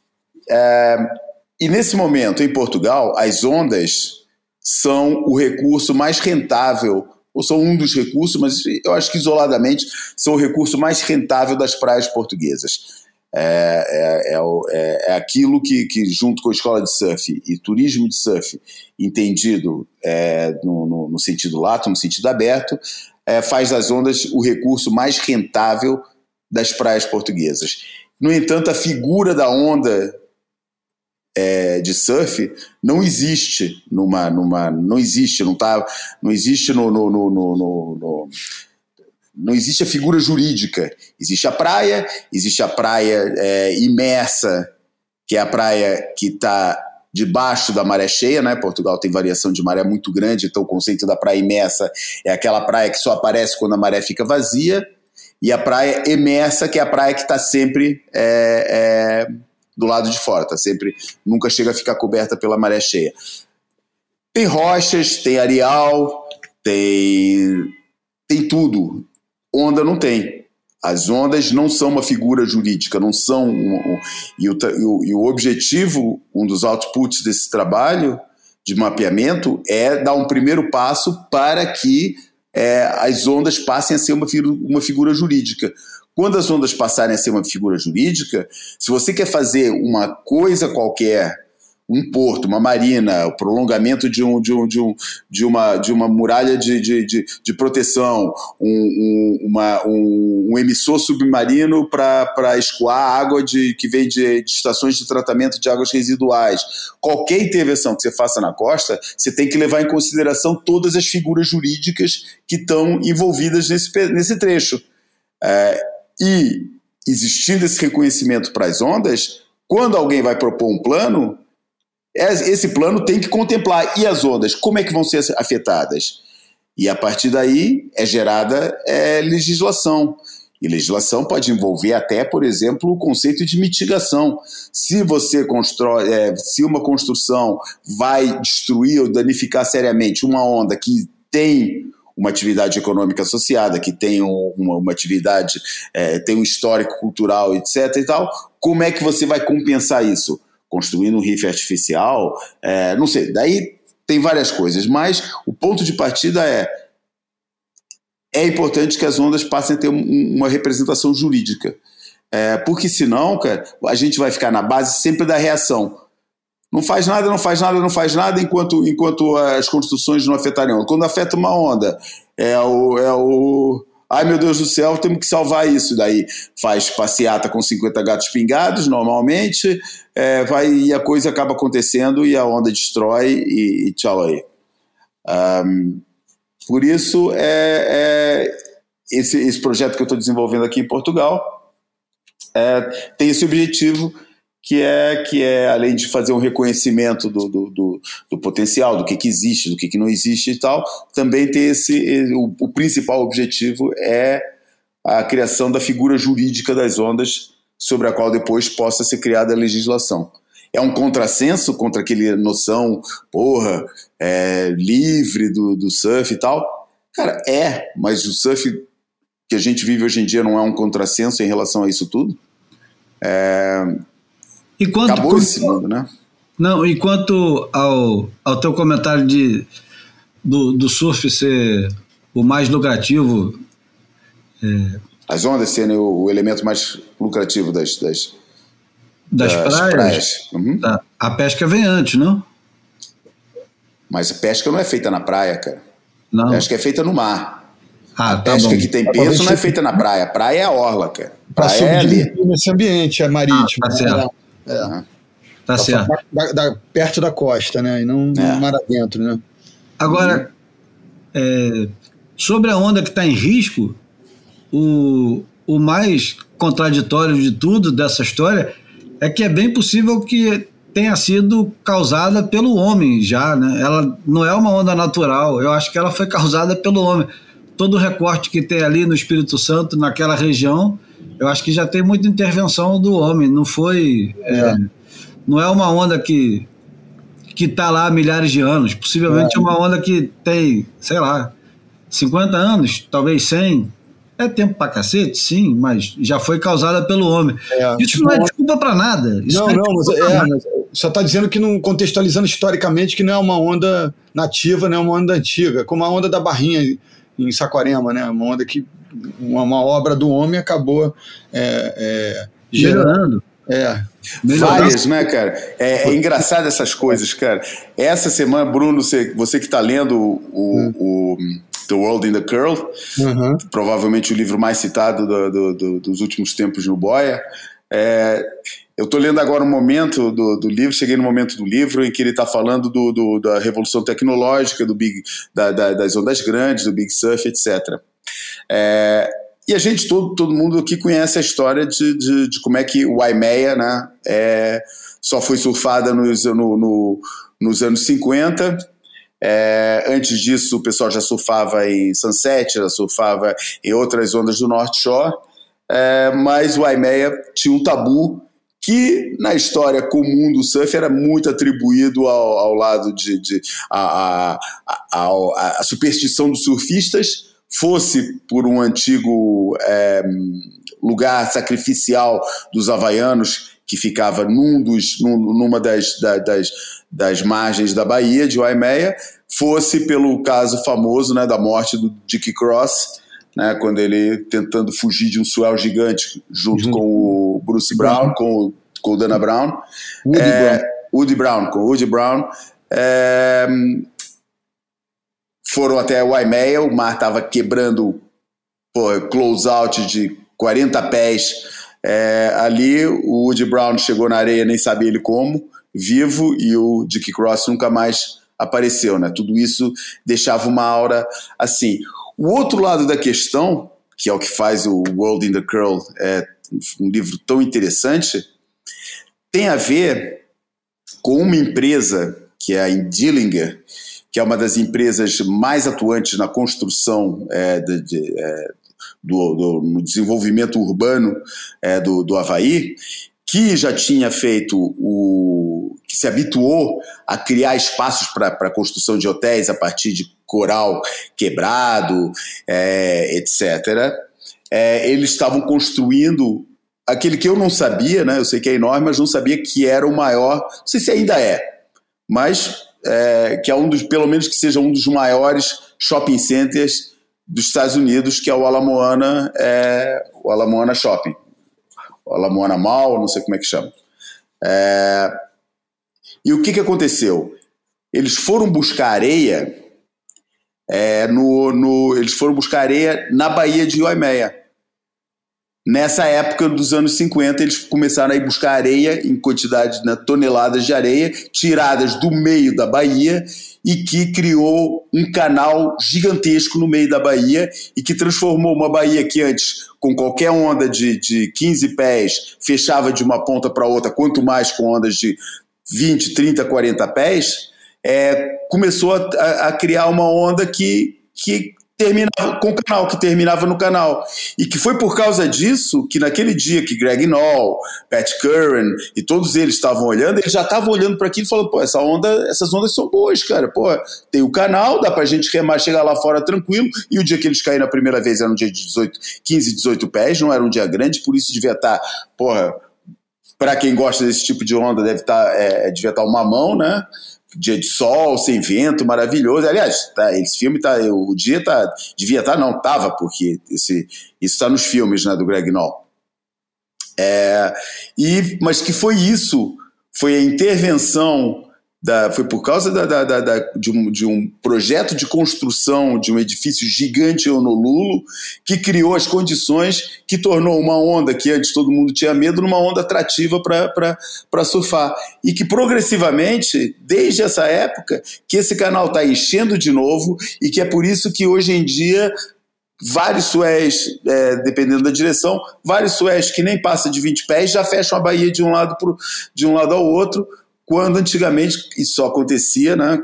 E nesse momento, em Portugal, as ondas são o recurso mais rentável, ou são um dos recursos, mas eu acho que isoladamente são o recurso mais rentável das praias portuguesas. É aquilo que, junto com a escola de surf e turismo de surf, entendido no sentido lato, no sentido aberto, faz das ondas o recurso mais rentável das praias portuguesas. No entanto, a figura da onda de surf não existe não existe a figura jurídica. Existe a praia imersa, que é a praia que está debaixo da maré cheia, né? Portugal tem variação de maré muito grande, então o conceito da praia imersa é aquela praia que só aparece quando a maré fica vazia, e a praia emersa, que é a praia que está sempre do lado de fora, nunca chega a ficar coberta pela maré cheia. Tem rochas, tem areal, tem tudo. Onda não tem. As ondas não são uma figura jurídica, não são. E o objetivo, um dos outputs desse trabalho de mapeamento é dar um primeiro passo para que as ondas passem a ser uma figura jurídica. Quando as ondas passarem a ser uma figura jurídica, se você quer fazer uma coisa qualquer, um porto, uma marina, o prolongamento de uma muralha de proteção, um emissor submarino para escoar água que vem de estações de tratamento de águas residuais. Qualquer intervenção que você faça na costa, você tem que levar em consideração todas as figuras jurídicas que estão envolvidas nesse trecho. E, existindo esse reconhecimento para as ondas, quando alguém vai propor um plano, esse plano tem que contemplar. E as ondas, como é que vão ser afetadas? E a partir daí é gerada legislação. E legislação pode envolver até, por exemplo, o conceito de mitigação. Se você se uma construção vai destruir ou danificar seriamente uma onda que tem uma atividade econômica associada, que tem uma atividade, tem um histórico cultural, etc. e tal, como é que você vai compensar isso? Construindo um riff artificial, não sei, daí tem várias coisas, mas o ponto de partida é importante que as ondas passem a ter uma representação jurídica, porque senão, cara, a gente vai ficar na base sempre da reação. Não faz nada, enquanto as construções não afetarem onda. Quando afeta uma onda, ai meu Deus do céu, temos que salvar isso. Daí faz passeata com 50 gatos pingados, normalmente, e a coisa acaba acontecendo e a onda destrói e tchau aí. Por isso, esse projeto que eu estou desenvolvendo aqui em Portugal tem esse objetivo, que é além de fazer um reconhecimento do potencial, do que existe, do que não existe e tal, também tem o principal objetivo é a criação da figura jurídica das ondas, sobre a qual depois possa ser criada a legislação. É um contrassenso contra aquela noção, livre do surf e tal? Cara, mas o surf que a gente vive hoje em dia não é um contrassenso em relação a isso tudo? Acabou esse mundo, né? Não, e quanto ao teu comentário do surf ser o mais lucrativo... As ondas serem o elemento mais lucrativo das praias. Uhum. A pesca vem antes, não? Mas a pesca não é feita na praia, cara. Não. A pesca é feita no mar. A pesca que tem peso não é feita na praia. A praia é a orla, cara. Para subdividir nesse ambiente marítimo. Tá certo. Tá certo. Perto da costa, né? E não no mar adentro, né? Agora, sobre a onda que está em risco, o mais contraditório de tudo dessa história é que é bem possível que tenha sido causada pelo homem já, né? Ela não é uma onda natural, eu acho que ela foi causada pelo homem. Todo o recorte que tem ali no Espírito Santo, naquela região, eu acho que já tem muita intervenção do homem, não foi... não é uma onda que está lá há milhares de anos, possivelmente é uma onda que tem, sei lá, 50 anos, talvez 100. É tempo pra cacete, sim, mas já foi causada pelo homem. Isso não é desculpa pra nada. Mas só está dizendo que, não, contextualizando historicamente, que não é uma onda nativa, não é uma onda antiga, como a onda da Barrinha em Saquarema, né? Uma onda que uma obra do homem acabou gerando. Várias, né, cara? É engraçado essas coisas, cara. Essa semana, Bruno, você que está lendo o The World in the Curl, provavelmente o livro mais citado dos últimos tempos no Boia. Eu estou lendo agora um momento do livro, cheguei no momento do livro em que ele está falando da revolução tecnológica, das ondas grandes, do Big Surf, etc. E a gente, todo mundo aqui conhece a história de como é que o Waimea, né, só foi surfada nos anos 50. Antes disso o pessoal já surfava em Sunset, já surfava em outras ondas do North Shore, mas o Waimea tinha um tabu que na história comum do surf era muito atribuído ao lado a superstição dos surfistas, fosse por um antigo lugar sacrificial dos havaianos que ficava numa das margens da Baía de Waimea, fosse pelo caso famoso, né, da morte do Dick Cross, né, quando ele tentando fugir de um swell gigante junto com o Bruce Brown, com o Dana Brown, Woody Brown, foram até Waimea, o mar estava quebrando, close out de 40 pés, ali o Woody Brown chegou na areia, nem sabia ele como, vivo, e o Dick Cross nunca mais apareceu, né? Tudo isso deixava uma aura assim. O outro lado da questão, que é o que faz o World in the Curl um livro tão interessante, tem a ver com uma empresa que é a Dillinger, que é uma das empresas mais atuantes na construção no desenvolvimento urbano do Havaí, que já tinha feito que se habituou a criar espaços para a construção de hotéis a partir de coral quebrado, etc. Eles estavam construindo aquele que eu não sabia, né? Eu sei que é enorme, mas não sabia que era o maior, não sei se ainda mas que é pelo menos que seja um dos maiores shopping centers dos Estados Unidos, que é o Ala Moana Shopping, o Ala Moana Mall, não sei como é que chama. E o que aconteceu? Eles foram buscar areia eles foram buscar areia na Baía de Waimea. Nessa época dos anos 50, eles começaram a ir buscar areia em quantidade, né, toneladas de areia, tiradas do meio da baía, e que criou um canal gigantesco no meio da baía e que transformou uma baía que antes, com qualquer onda de 15 pés, fechava de uma ponta para outra, quanto mais com ondas de 20, 30, 40 pés, começou a criar uma onda que terminava com o canal, que terminava no canal. E que foi por causa disso que naquele dia que Greg Knoll, Pat Curran e todos eles estavam olhando, eles já estavam olhando para aquilo e falando, essas ondas são boas, cara, tem o canal, dá pra gente remar, chegar lá fora tranquilo, e o dia que eles caíram a primeira vez era um dia de 15, 18 pés, não era um dia grande, por isso devia estar, para quem gosta desse tipo de onda, devia estar uma mão, né? Dia de sol, sem vento, maravilhoso. Aliás, esse filme o dia devia estar, não, estava, porque isso está nos filmes, né, do Greg Knoll. Mas que foi isso, foi a intervenção, foi por causa de um projeto de construção de um edifício gigante em Honolulu, que criou as condições que tornou uma onda que antes todo mundo tinha medo numa onda atrativa para surfar, e que progressivamente, desde essa época, que esse canal está enchendo de novo, e que é por isso que hoje em dia vários sués, dependendo da direção, vários sués que nem passa de 20 pés já fecham a baía de um lado ao outro, quando antigamente isso só acontecia, né,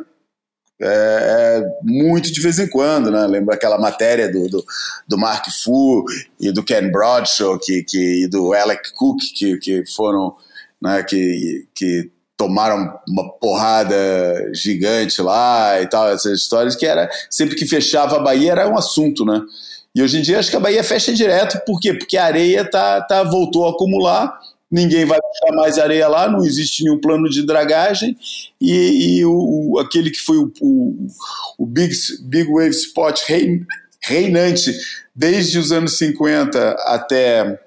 muito de vez em quando, né? Lembra aquela matéria do Mark Fu e do Ken Bradshaw e do Alec Cook, que foram, né, que tomaram uma porrada gigante lá e tal, essas histórias, que era sempre que fechava a baía era um assunto, né? E hoje em dia acho que a baía fecha direto. Por quê? Porque a areia voltou a acumular, ninguém vai buscar mais areia lá, não existe nenhum plano de dragagem, e aquele que foi o Big Wave Spot reinante desde os anos 50 até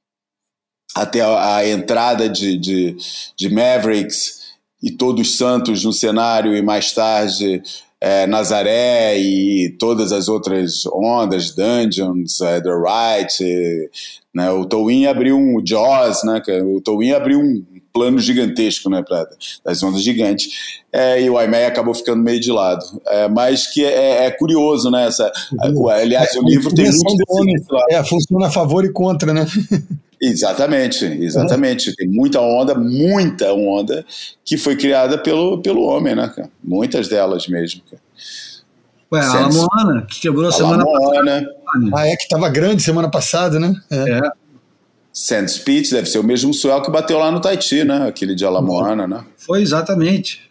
a entrada de Mavericks e Todos Santos no cenário, e mais tarde Nazaré e todas as outras ondas, Dungeons, The Right, né, o Towin abriu o Jaws, né, o Towin abriu um plano gigantesco, né, das ondas gigantes, e o Waimea acabou ficando meio de lado, mas que é curioso, né, aliás o livro tem muito funciona a favor e contra, né? Exatamente. Tem muita onda que foi criada pelo homem, né, cara? Muitas delas mesmo, cara. Ué, a Ala Moana, que quebrou semana passada. Que estava grande semana passada, né? Sand Spit deve ser o mesmo swell que bateu lá no Tahiti, né? Aquele de Ala Moana, né? Foi exatamente.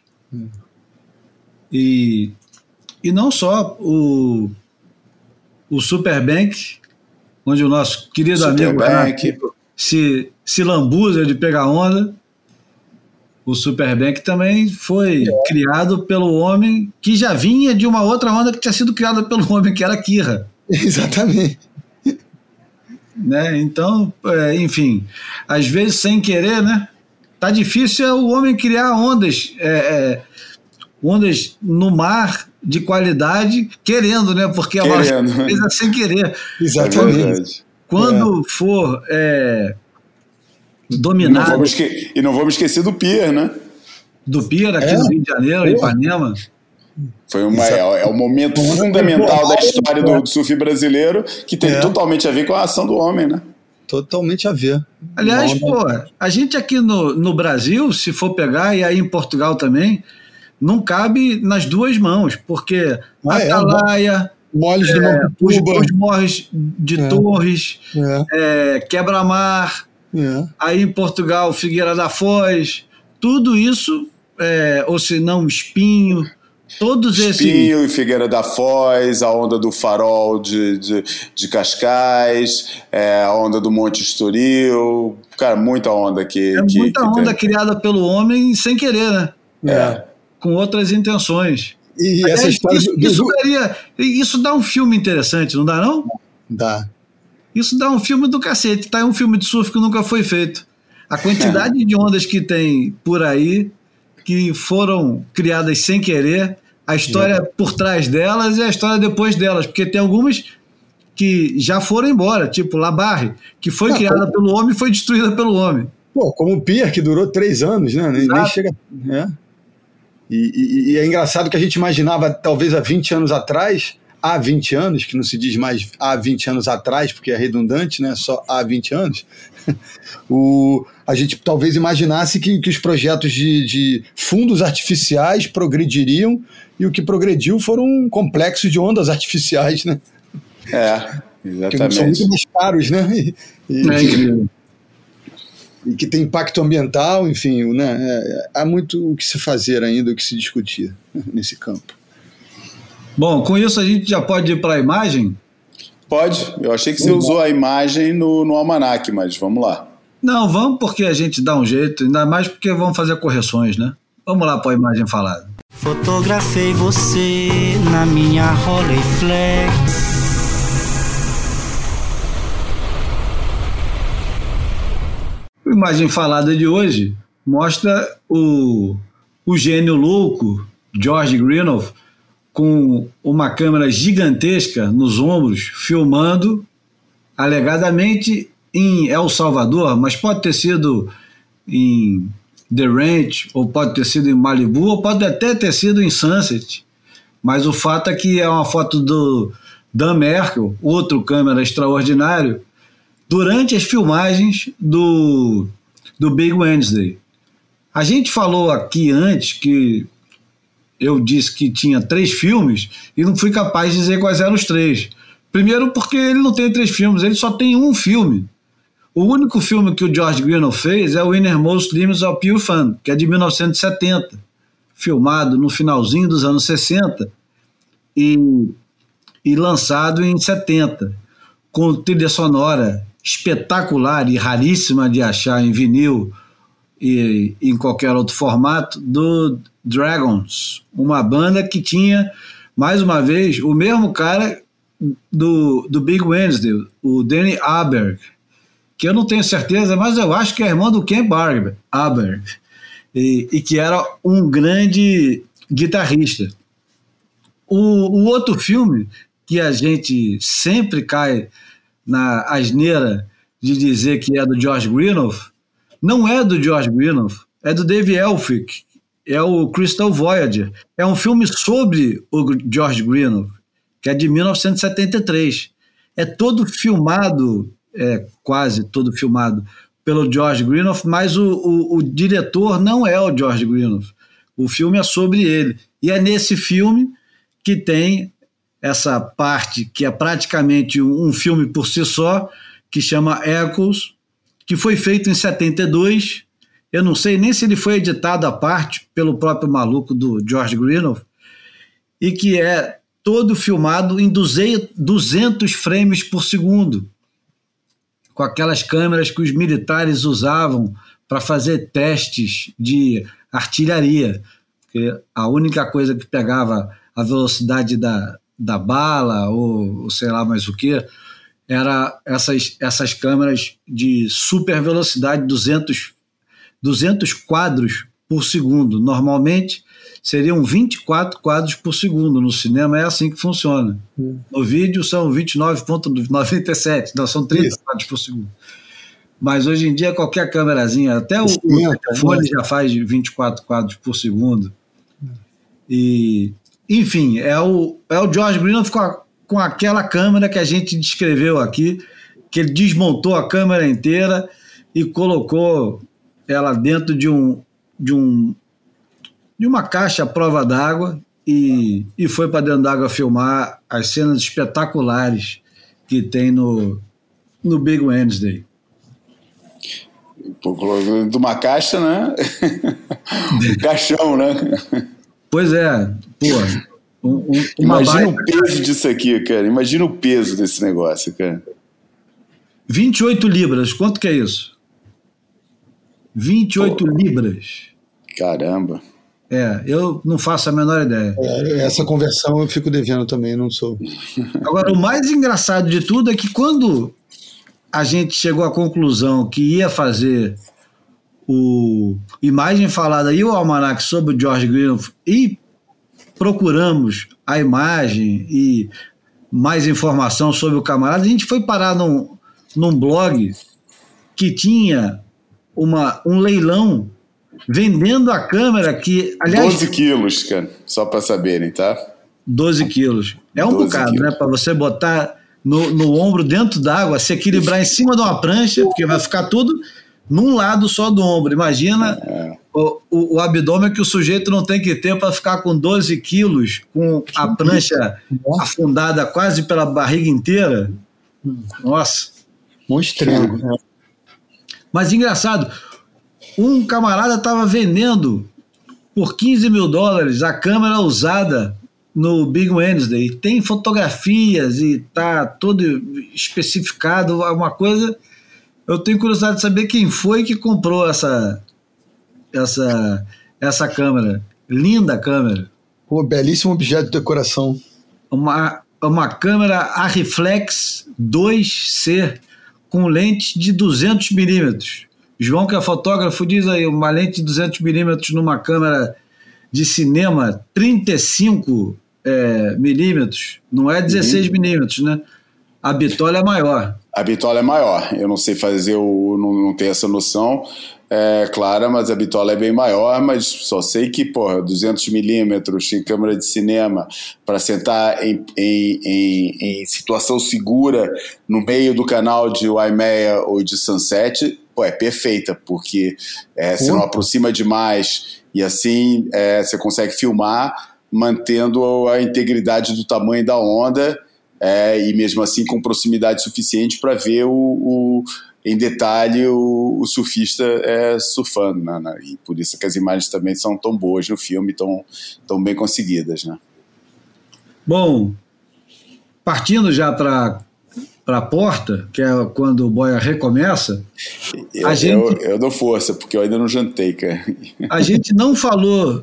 E não só o Superbank, onde o nosso querido amigo se lambuza de pegar onda. O Superbank também foi criado pelo homem que já vinha de uma outra onda que tinha sido criada pelo homem, que era Kira. Exatamente. Né? Então, enfim, às vezes sem querer, né? Tá difícil o homem criar ondas no mar de qualidade, querendo, né? Porque a maioria é sem querer. Exatamente. Quando for dominado. E não vamos esquecer do Pier, né? Do Pier, aqui no Rio de Janeiro, em Ipanema. Foi um momento fundamental da história do surf brasileiro, que tem totalmente a ver com a ação do homem, né? Totalmente a ver. Aliás, a gente aqui no Brasil, se for pegar, e aí em Portugal também, não cabe nas duas mãos, porque Atalaia, Moles de os morres de Torres, Quebra-Mar, aí em Portugal, Figueira da Foz, tudo isso, ou se não, Espinho, todos esses... Espinho e Figueira da Foz, a onda do Farol de Cascais, a onda do Monte Estoril, cara, muita onda que... muita onda criada pelo homem sem querer, né? Com outras intenções. E essa história isso dá um filme interessante, não dá não? Dá. Isso dá um filme do cacete, tá? É um filme de surf que nunca foi feito. A quantidade de ondas que tem por aí, que foram criadas sem querer, a história por trás delas e a história depois delas, porque tem algumas que já foram embora, tipo La Barre, que foi criada pelo homem e foi destruída pelo homem. Como o Pier, que durou 3 anos, né? Nem chega... E é engraçado que a gente imaginava, talvez há 20 anos atrás, há 20 anos, que não se diz mais há 20 anos atrás, porque é redundante, né? Só há 20 anos, a gente talvez imaginasse que os projetos de fundos artificiais progrediriam, e o que progrediu foram um complexo de ondas artificiais, né? Exatamente. Que são muito mais caros, né? E que tem impacto ambiental, enfim, né? Há muito o que se fazer ainda, o que se discutir nesse campo. Bom, com isso a gente já pode ir para a imagem? Pode. Eu achei que você usou a imagem no almanaque, mas vamos lá. Não, vamos porque a gente dá um jeito, ainda mais porque vamos fazer correções, né? Vamos lá para a imagem falada. Fotografei você na minha Rolleiflex. A imagem falada de hoje mostra o gênio louco, George Greenough, com uma câmera gigantesca nos ombros, filmando, alegadamente em El Salvador, mas pode ter sido em The Ranch, ou pode ter sido em Malibu, ou pode até ter sido em Sunset. Mas o fato é que é uma foto do Dan Merkel, outro câmera extraordinário, durante as filmagens do Big Wednesday. A gente falou aqui antes que eu disse que tinha 3 filmes e não fui capaz de dizer quais eram os 3. Primeiro porque ele não tem 3 filmes, ele só tem um filme. O único filme que o George Greenough fez é o Innermost Limits of Pure Fun, que é de 1970, filmado no finalzinho dos anos 60 e lançado em 70, com trilha sonora espetacular e raríssima de achar em vinil e em qualquer outro formato, do Dragons, uma banda que tinha, mais uma vez, o mesmo cara do Big Wednesday, o Danny Aberg, que eu não tenho certeza, mas eu acho que é irmão do Ken Aberg, e que era um grande guitarrista. O outro filme que a gente sempre cai na asneira de dizer que é do George Greenough, não é do George Greenough, é do Dave Elphick, é o Crystal Voyager. É um filme sobre o George Greenough, que é de 1973. É todo filmado, quase todo filmado pelo George Greenough, mas o diretor não é o George Greenough. O filme é sobre ele. E é nesse filme que tem essa parte que é praticamente um filme por si só, que chama Echoes, que foi feito em 72. Eu não sei nem se ele foi editado à parte pelo próprio maluco do George Greenough, e que é todo filmado em 200 frames por segundo, com aquelas câmeras que os militares usavam para fazer testes de artilharia, porque a única coisa que pegava a velocidade da bala, ou sei lá mais o que, era essas câmeras de super velocidade, 200 quadros por segundo. Normalmente seriam 24 quadros por segundo. No cinema é assim que funciona. No vídeo são 29,97, não, são 30 quadros por segundo. Mas hoje em dia qualquer câmerazinha, até o telefone já faz 24 quadros por segundo. E, enfim, é o George Greenough com aquela câmera que a gente descreveu aqui, que ele desmontou a câmera inteira e colocou ela dentro de uma caixa à prova d'água e foi para dentro d'água filmar as cenas espetaculares que tem no Big Wednesday. De uma caixa, né? Um caixão, né? Pois é, pô. Imagina o peso disso aqui, cara. Imagina o peso desse negócio, cara. 28 libras, quanto que é isso? 28 libras. Caramba. Eu não faço a menor ideia. Essa conversão eu fico devendo também, não sou. Agora, o mais engraçado de tudo é que quando a gente chegou à conclusão que ia fazer o Imagem Falada e o Almanac sobre o George Greenough e procuramos a imagem e mais informação sobre o camarada, a gente foi parar num blog que tinha um leilão vendendo a câmera que, aliás... 12 quilos, cara, só para saberem, tá? 12 quilos. É um bocado, quilos, né? Para você botar no ombro dentro d'água, se equilibrar em cima de uma prancha, porque vai ficar tudo num lado só do ombro. Imagina o abdômen que o sujeito não tem que ter para ficar com 12 quilos, com a prancha afundada quase pela barriga inteira. Nossa. Monstrengo. Mas engraçado, um camarada estava vendendo por $15 mil a câmera usada no Big Wednesday. Tem fotografias e tá todo especificado, uma coisa... Eu tenho curiosidade de saber quem foi que comprou essa câmera. Linda câmera. Pô, belíssimo objeto de decoração. Uma câmera Arriflex 2C com lente de 200 milímetros. João, que é fotógrafo, diz aí, uma lente de 200 milímetros numa câmera de cinema 35 milímetros, não é 16 milímetros, né? A bitola é maior. A bitola é maior. Eu não sei fazer, não tenho essa noção clara, mas a bitola é bem maior, mas só sei que, 200 milímetros em câmera de cinema para sentar em situação segura no meio do canal de Waimea ou de Sunset, é perfeita, porque você não aproxima demais e assim você consegue filmar mantendo a integridade do tamanho da onda e mesmo assim com proximidade suficiente para ver em detalhe o surfista surfando, né? E por isso que as imagens também são tão boas no filme, tão bem conseguidas, né? Bom, partindo já para a porta, que é quando o boia recomeça, eu dou força, porque eu ainda não jantei, cara. A gente não falou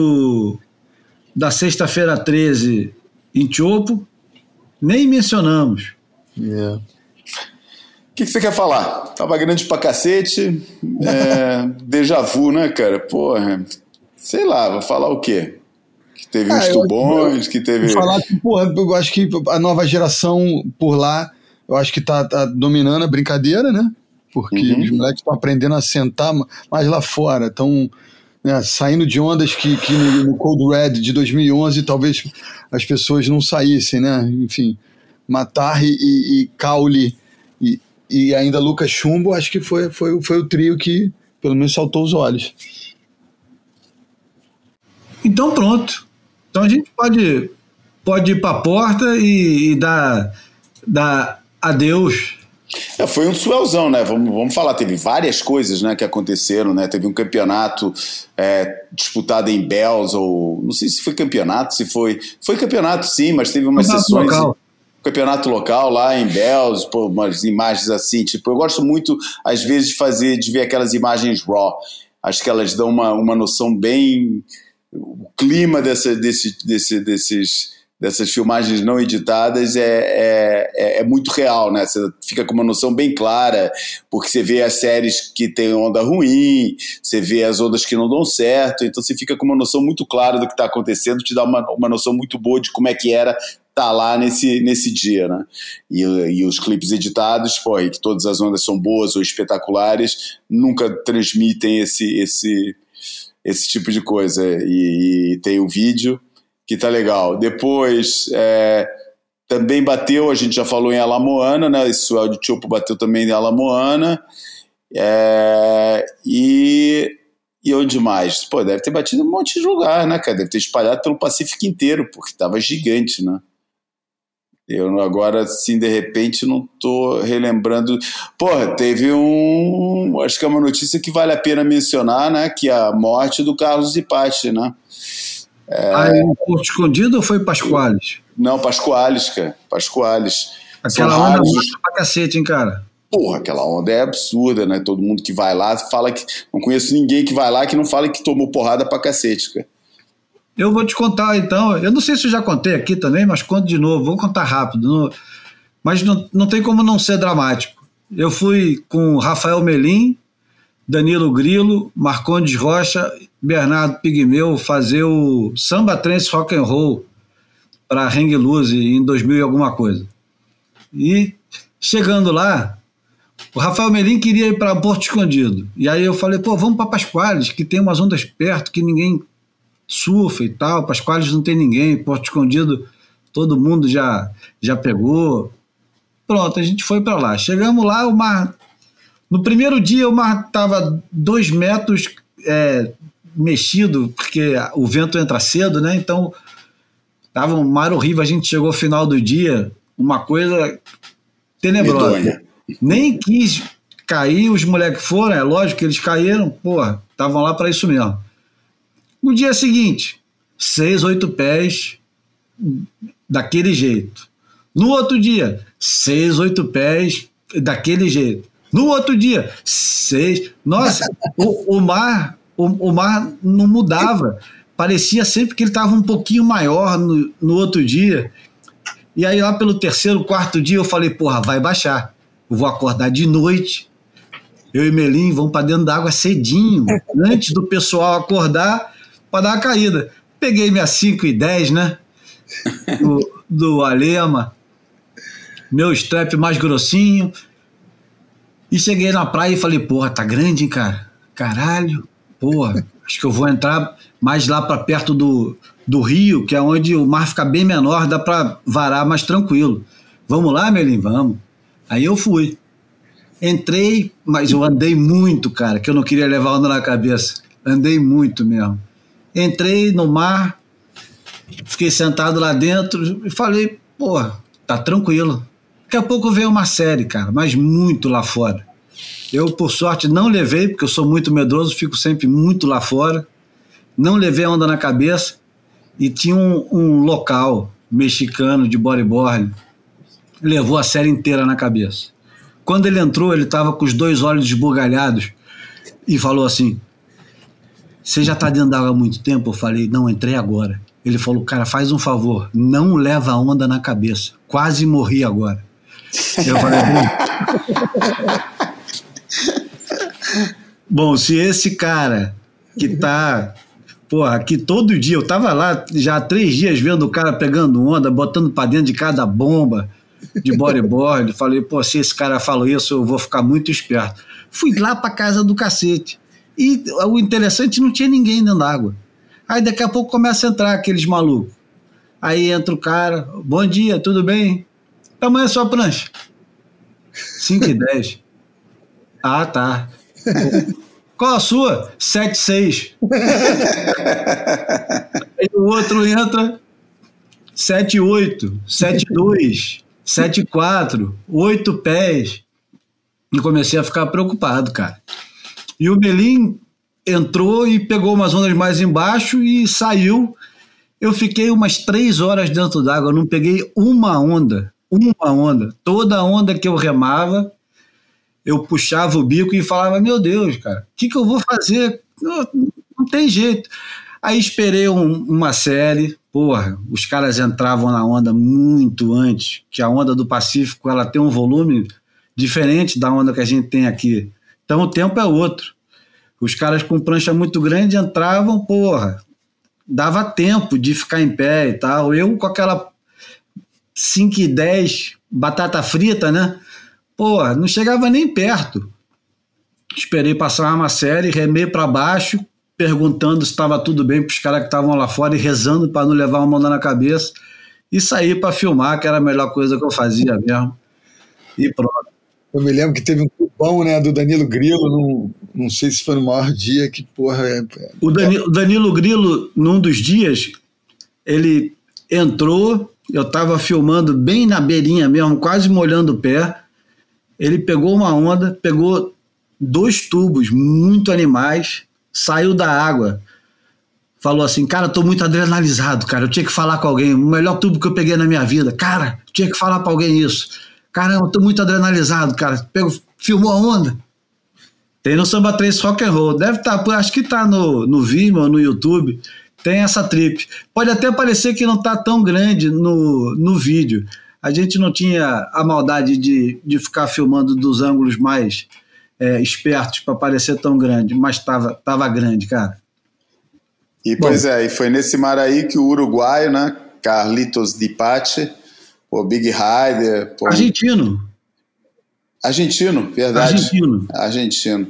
da sexta-feira 13 em Chopo, nem mencionamos. O que você quer falar? Tava grande pra cacete, déjà vu, né, cara? Porra, sei lá, vou falar o quê? Que teve uns tubões, que teve... Vou falar que, eu acho que a nova geração por lá, eu acho que tá dominando a brincadeira, né? Porque os moleques estão aprendendo a sentar mais lá fora, estão saindo de ondas que no Cold Red de 2011 talvez as pessoas não saíssem, né? Enfim, Matar e Caule e ainda Lucas Chumbo, acho que foi o trio que pelo menos saltou os olhos. Então pronto. Então a gente pode ir para a porta e dar adeus Foi um swellzão, né? Vamos falar, teve várias coisas, né, que aconteceram, né? Teve um campeonato disputado em Bells, ou não sei se foi campeonato, se foi campeonato sim, mas teve umas sessões... Campeonato local lá em Bells, pô, umas imagens assim, tipo, eu gosto muito, às vezes, de ver aquelas imagens raw. Acho que elas dão uma noção bem... O clima dessas filmagens não editadas é muito real, né? Você fica com uma noção bem clara, porque você vê as séries que tem onda ruim, você vê as ondas que não dão certo, então você fica com uma noção muito clara do que está acontecendo, te dá uma noção muito boa de como é que era tá lá nesse dia, né? E os clipes editados, pô, e que todas as ondas são boas ou espetaculares, nunca transmitem esse tipo de coisa. E tem o vídeo que tá legal. Depois também bateu, a gente já falou em Alamoana, né? Esse Swell de Chopo bateu também em Alamoana. E onde mais? Pô, deve ter batido um monte de lugar, né, cara? Deve ter espalhado pelo Pacífico inteiro, porque tava gigante, né? Eu agora, assim, de repente, não tô relembrando. Porra, teve acho que é uma notícia que vale a pena mencionar, né? Que é a morte do Carlos Zipati, né? Em Porto Escondido ou foi Pascoales? Não, Pascoales, cara. Pascoales. Aquela onda muito pra cacete, hein, cara? Porra, aquela onda é absurda, né? Todo mundo que vai lá fala que... Não conheço ninguém que vai lá que não fala que tomou porrada pra cacete, cara. Eu vou te contar, então. Eu não sei se eu já contei aqui também, mas conto de novo. Vou contar rápido. Mas não tem como não ser dramático. Eu fui com Rafael Melim, Danilo Grilo, Marcondes Rocha, Bernardo Pigmeu fazer o Samba Trance Rock and Roll para Hang Loose em 2000 e alguma coisa. E chegando lá, o Rafael Melim queria ir para Porto Escondido. E aí eu falei, pô, vamos para Pascoales, que tem umas ondas perto que ninguém surfa e tal. Pascoales não tem ninguém, Porto Escondido todo mundo já pegou. Pronto, a gente foi para lá. Chegamos lá, o mar... No primeiro dia o mar estava 2 metros mexido, porque o vento entra cedo, né? Então estava um mar horrível. A gente chegou ao final do dia, uma coisa tenebrosa. Medonha. Nem quis cair, os moleques foram, é lógico que eles caíram, porra, estavam lá para isso mesmo. No dia seguinte, 6, 8 pés daquele jeito. No outro dia, 6, 8 pés daquele jeito. No outro dia, 6. Nossa, o mar não mudava. Parecia sempre que ele estava um pouquinho maior no outro dia. E aí lá pelo 3º, 4º dia eu falei, porra, vai baixar. Eu vou acordar de noite. Eu e Melim vamos para dentro d'água cedinho, antes do pessoal acordar para dar a caída. Peguei minha 5,10, né? Do Alema. Meu strap mais grossinho. E cheguei na praia e falei, porra, tá grande, hein, cara? Caralho, porra, acho que eu vou entrar mais lá para perto do rio, que é onde o mar fica bem menor, dá para varar mais tranquilo. Vamos lá, Melim? Vamos. Aí eu fui. Entrei, mas eu andei muito, cara, que eu não queria levar onda na cabeça. Andei muito mesmo. Entrei no mar, fiquei sentado lá dentro e falei, porra, tá tranquilo. Daqui a pouco veio uma série, cara, mas muito lá fora. Eu, por sorte, não levei, porque eu sou muito medroso, fico sempre muito lá fora. Não levei a onda na cabeça. E tinha um local mexicano de bodyboard, levou a série inteira na cabeça. Quando ele entrou, ele estava com os 2 olhos esbugalhados e falou assim, você já tá dentro d'água há muito tempo? Eu falei, não, entrei agora. Ele falou, cara, faz um favor, não leva a onda na cabeça. Quase morri agora. Eu falei, bom, se esse cara que tá, porra, aqui todo dia, eu tava lá já há 3 dias vendo o cara pegando onda, botando pra dentro de cada bomba de bodyboard, falei, pô, se esse cara falou isso, eu vou ficar muito esperto. Fui lá pra casa do cacete. E o interessante, não tinha ninguém dentro d'água. Aí daqui a pouco começa a entrar aqueles malucos. Aí entra o cara, bom dia, tudo bem? Tamanho é sua prancha? 5,10. Ah, tá. Qual a sua? 7,6. Aí o outro entra 7,8, 7,2, 7,4, 8 pés. E comecei a ficar preocupado, cara. E o Melim entrou e pegou umas ondas mais embaixo e saiu. Eu fiquei umas 3 horas dentro d'água, não peguei uma onda. Toda onda que eu remava, eu puxava o bico e falava, meu Deus, cara, o que eu vou fazer? Não tem jeito. Aí esperei uma série, porra, os caras entravam na onda muito antes, que a onda do Pacífico ela tem um volume diferente da onda que a gente tem aqui. Então o tempo é outro. Os caras com prancha muito grande entravam, porra, dava tempo de ficar em pé e tal. Eu com aquela 5,10 batata frita, né? Porra, não chegava nem perto. Esperei passar uma série, remei para baixo, perguntando se estava tudo bem para os caras que estavam lá fora e rezando para não levar uma onda na cabeça e saí para filmar, que era a melhor coisa que eu fazia mesmo. E pronto. Eu me lembro que teve um cupom, né, do Danilo Grilo, não sei se foi no maior dia, que porra... O Danilo Grilo, num dos dias, ele entrou, eu estava filmando bem na beirinha mesmo, quase molhando o pé, ele pegou uma onda, pegou 2 tubos muito animais, saiu da água, falou assim, cara, eu tô muito adrenalizado, cara, eu tinha que falar com alguém, o melhor tubo que eu peguei na minha vida, cara, eu tinha que falar pra alguém isso. Caramba, eu tô muito adrenalizado, cara. Filmou a onda. Tem no Samba Trace Rock and Roll. Deve estar, acho que tá no Vimeo, no YouTube. Tem essa trip. Pode até parecer que não tá tão grande no vídeo. A gente não tinha a maldade de ficar filmando dos ângulos mais espertos para parecer tão grande, mas tava grande, cara. E pois e foi nesse mar aí que o uruguaio, né, Carlitos Di Pace, o Big Rider... Argentino, verdade. Argentino.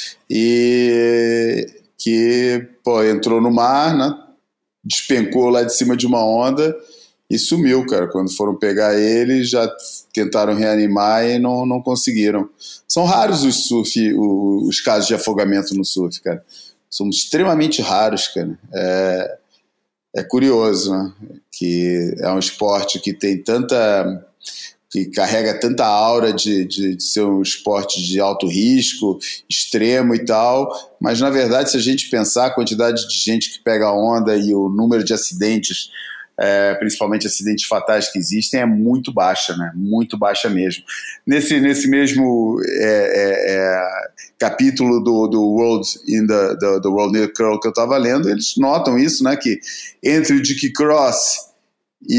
E que, entrou no mar, né? Despencou lá de cima de uma onda e sumiu, cara. Quando foram pegar ele, já tentaram reanimar e não conseguiram. São raros os casos de afogamento no surf, cara. São extremamente raros, cara. É curioso, né? Que é um esporte que tem que carrega tanta aura de ser um esporte de alto risco, extremo e tal, mas na verdade, se a gente pensar a quantidade de gente que pega onda e o número de acidentes, principalmente acidentes fatais que existem, é muito baixa, né? Muito baixa mesmo. Nesse mesmo capítulo do World do World Near Curl que eu estava lendo, eles notam isso, né? Que entre o Dick Cross e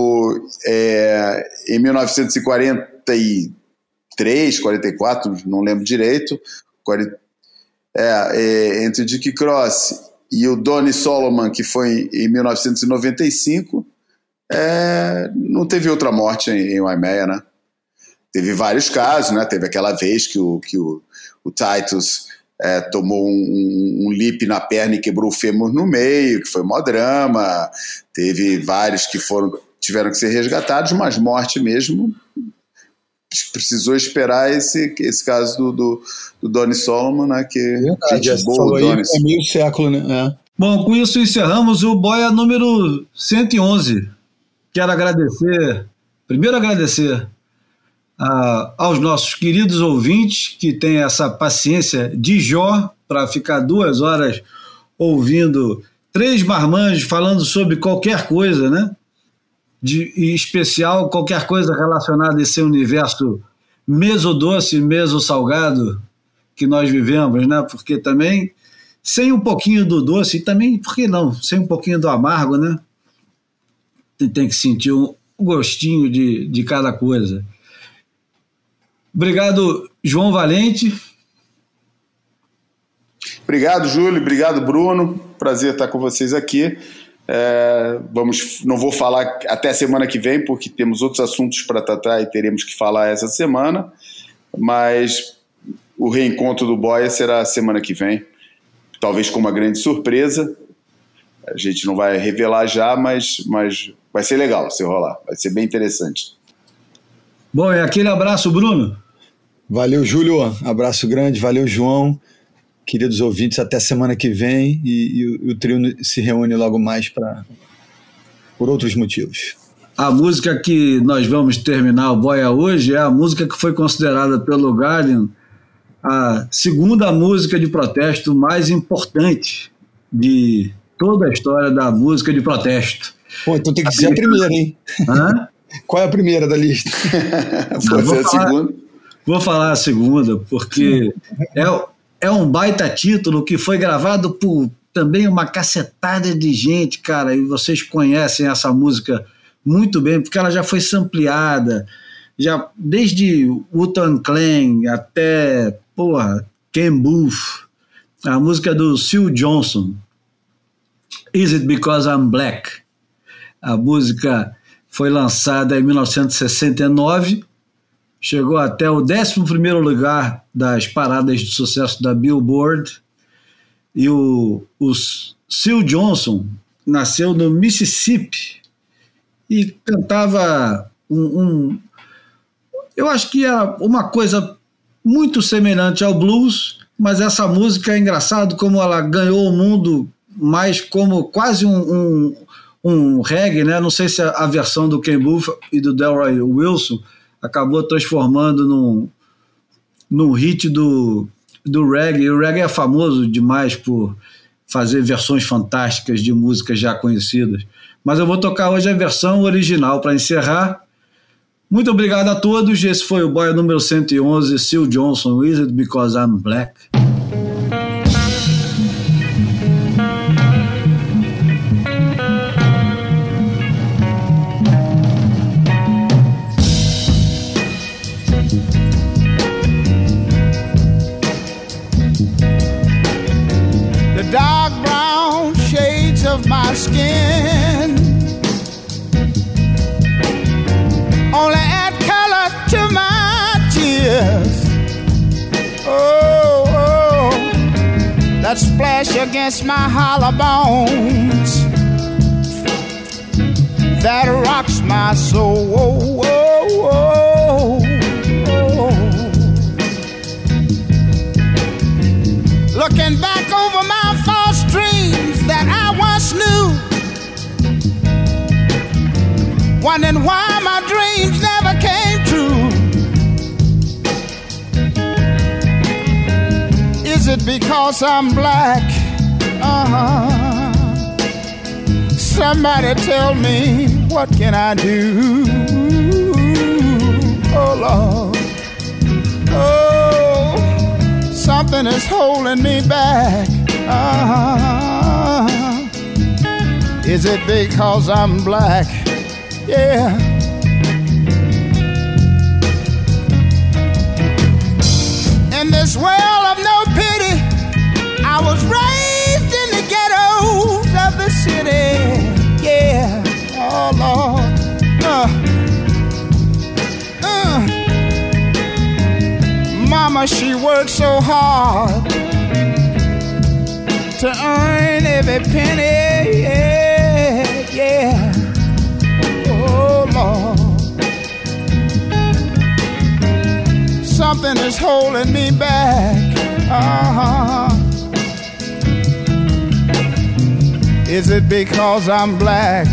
em 1943, 44, não lembro direito, entre o Dick Cross e o Donnie Solomon, que foi em 1995, não teve outra morte em Waimea, né? Teve vários casos, né? Teve aquela vez que o Titus tomou um lip na perna e quebrou o fêmur no meio, que foi mó drama. Teve vários que tiveram que ser resgatados, mas morte mesmo precisou esperar esse caso do Donnie Solomon, né? Que gente boa, Donnie. É meio século, né? Bom, com isso encerramos o Boia número 111. Quero primeiro agradecer aos nossos queridos ouvintes que têm essa paciência de Jó para ficar 2 horas ouvindo 3 marmanjos falando sobre qualquer coisa, né? Em especial qualquer coisa relacionada a esse universo meso-doce, meso-salgado que nós vivemos, né? Porque também, sem um pouquinho do doce, e também, por que não? Sem um pouquinho do amargo, né? Tem que sentir um gostinho de cada coisa. Obrigado, João Valente. Obrigado, Júlio. Obrigado, Bruno. Prazer estar com vocês aqui. Não vou falar até a semana que vem, porque temos outros assuntos para tratar e teremos que falar essa semana, mas o reencontro do Boia será semana que vem, talvez com uma grande surpresa. A gente não vai revelar já, mas vai ser legal se rolar, vai ser bem interessante. Bom, aquele abraço, Bruno. Valeu, Júlio. Abraço grande. Valeu, João. Queridos ouvintes, até semana que vem e o trio se reúne logo mais por outros motivos. A música que nós vamos terminar o Boia hoje é a música que foi considerada pelo Guardian a segunda música de protesto mais importante de toda a história da música de protesto. Pô, então tem que ser a primeira, hein? Hã? Qual é a primeira da lista? Pode ser a segunda. Vou falar a segunda, porque é um baita título que foi gravado por também uma cacetada de gente, cara, e vocês conhecem essa música muito bem, porque ela já foi sampleada, já desde Wu-Tang Clan até, Ken Booth, a música do Syl Johnson, Is It Because I'm Black? A música foi lançada em 1969, chegou até o 11º lugar das paradas de sucesso da Billboard, e o Syl Johnson nasceu no Mississippi e cantava eu acho que era uma coisa muito semelhante ao blues, mas essa música é engraçado como ela ganhou o mundo mais como quase um reggae, né? Não sei se a versão do Ken Booth e do Delroy Wilson acabou transformando num hit do reggae. O reggae é famoso demais por fazer versões fantásticas de músicas já conhecidas. Mas eu vou tocar hoje a versão original para encerrar. Muito obrigado a todos. Esse foi o Boia número 111, Syl Johnson, Is It Because I'm Black? The dark brown shades of my skin only add color to my tears. Oh, that splash against my hollow bones that rocks my soul. Looking back over my false dreams that I once knew, wondering why my dreams never came true. Is it because I'm black? Somebody tell me, what can I do? Oh Lord, oh, something is holding me back. Is it because I'm black? Yeah. In this world of no pity, I was raised in the ghettos of the city. Yeah, oh Lord. Mama, she worked so hard to earn every penny. Yeah, yeah. Oh Lord, something is holding me back. Is it because I'm black?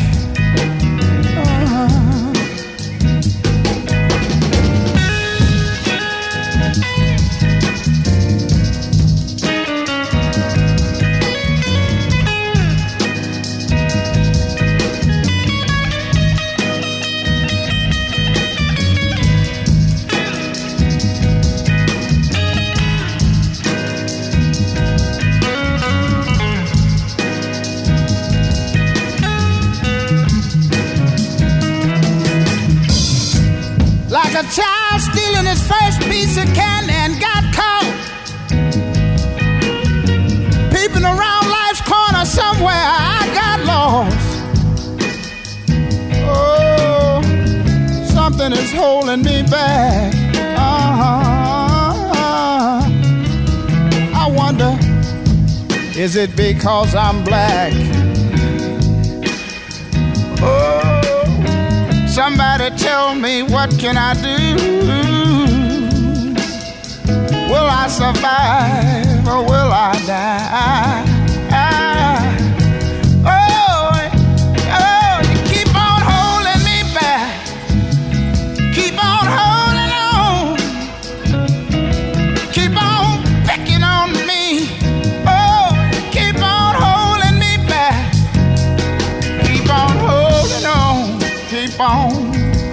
Like a child stealing his first piece of candy and got caught, peeping around life's corner somewhere, I got lost. Oh, something is holding me back. I wonder, is it because I'm black? Oh, somebody tell me, what can I do? Will I survive or will I die? Oh, you keep on holding me back.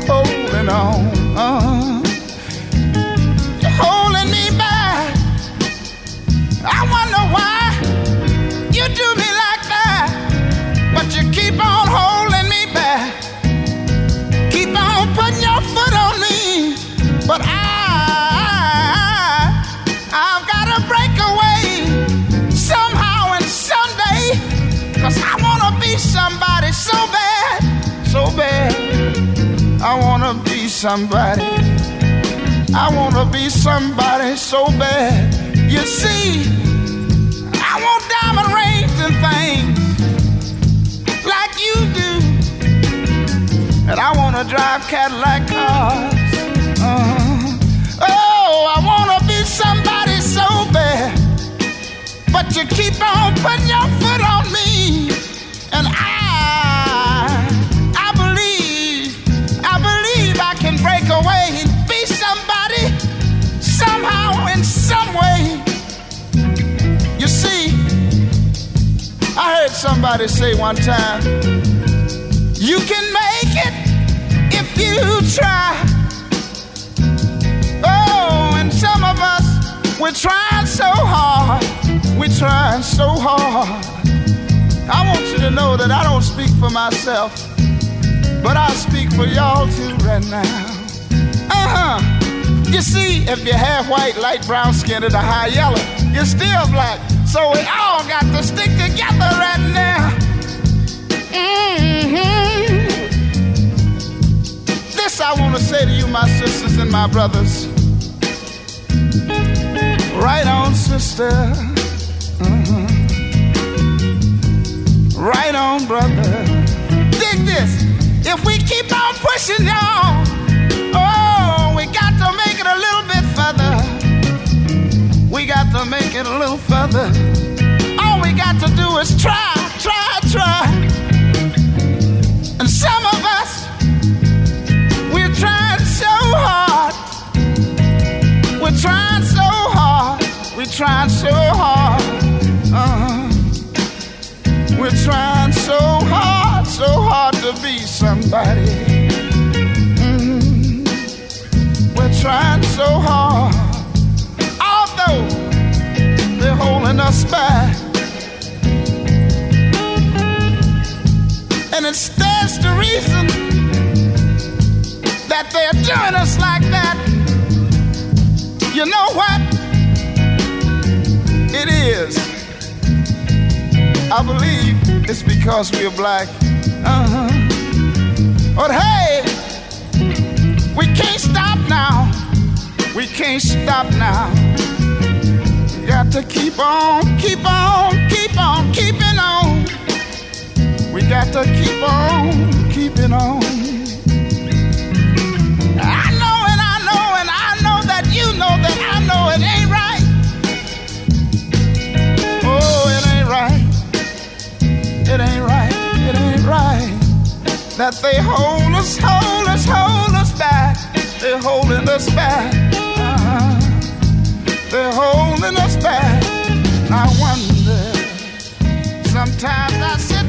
holding on. You're holding me back. I wonder why you do me like that, but you keep on holding me back. Keep on putting your foot on me, but I've got to break away somehow and someday, 'cause I want to be somebody so bad, so bad. I want to be somebody. I want to be somebody so bad. You see, I want diamond rings and things like you do, and I want to drive Cadillac cars. Oh, I want to be somebody so bad, but you keep on putting your foot on me, and I believe I can break away and be somebody somehow in some way. You see, I heard somebody say one time, you can make it if you try. Oh, and some of us, we're trying so hard. We're trying so hard. I want you to know that I don't speak for myself, but I speak for y'all too right now. You see, if you're half white, light brown skin, or the high yellow, you're still black. So we all got to stick together right now. This I want to say to you, my sisters and my brothers. Right on, sister. Right on, brother. Dig this. If we keep on pushing, y'all, oh, we got to make it a little bit further. We got to make it a little further. All we got to do is try. And some of us, we're trying so hard. We're trying so hard. We're trying so hard. We're trying so hard to be somebody. We're trying so hard, although they're holding us back. And that's the reason that they're doing us like that. You know what? It is. I believe it's because we're black. But hey, we can't stop now. We can't stop now. We got to keep on keeping on. We got to keep on keeping on. I know that you know that I know it ain't right. Oh, it ain't right. It ain't right. It ain't right. That they hold us back. They're holding us back. They're holding us back. I wonder, sometimes I say,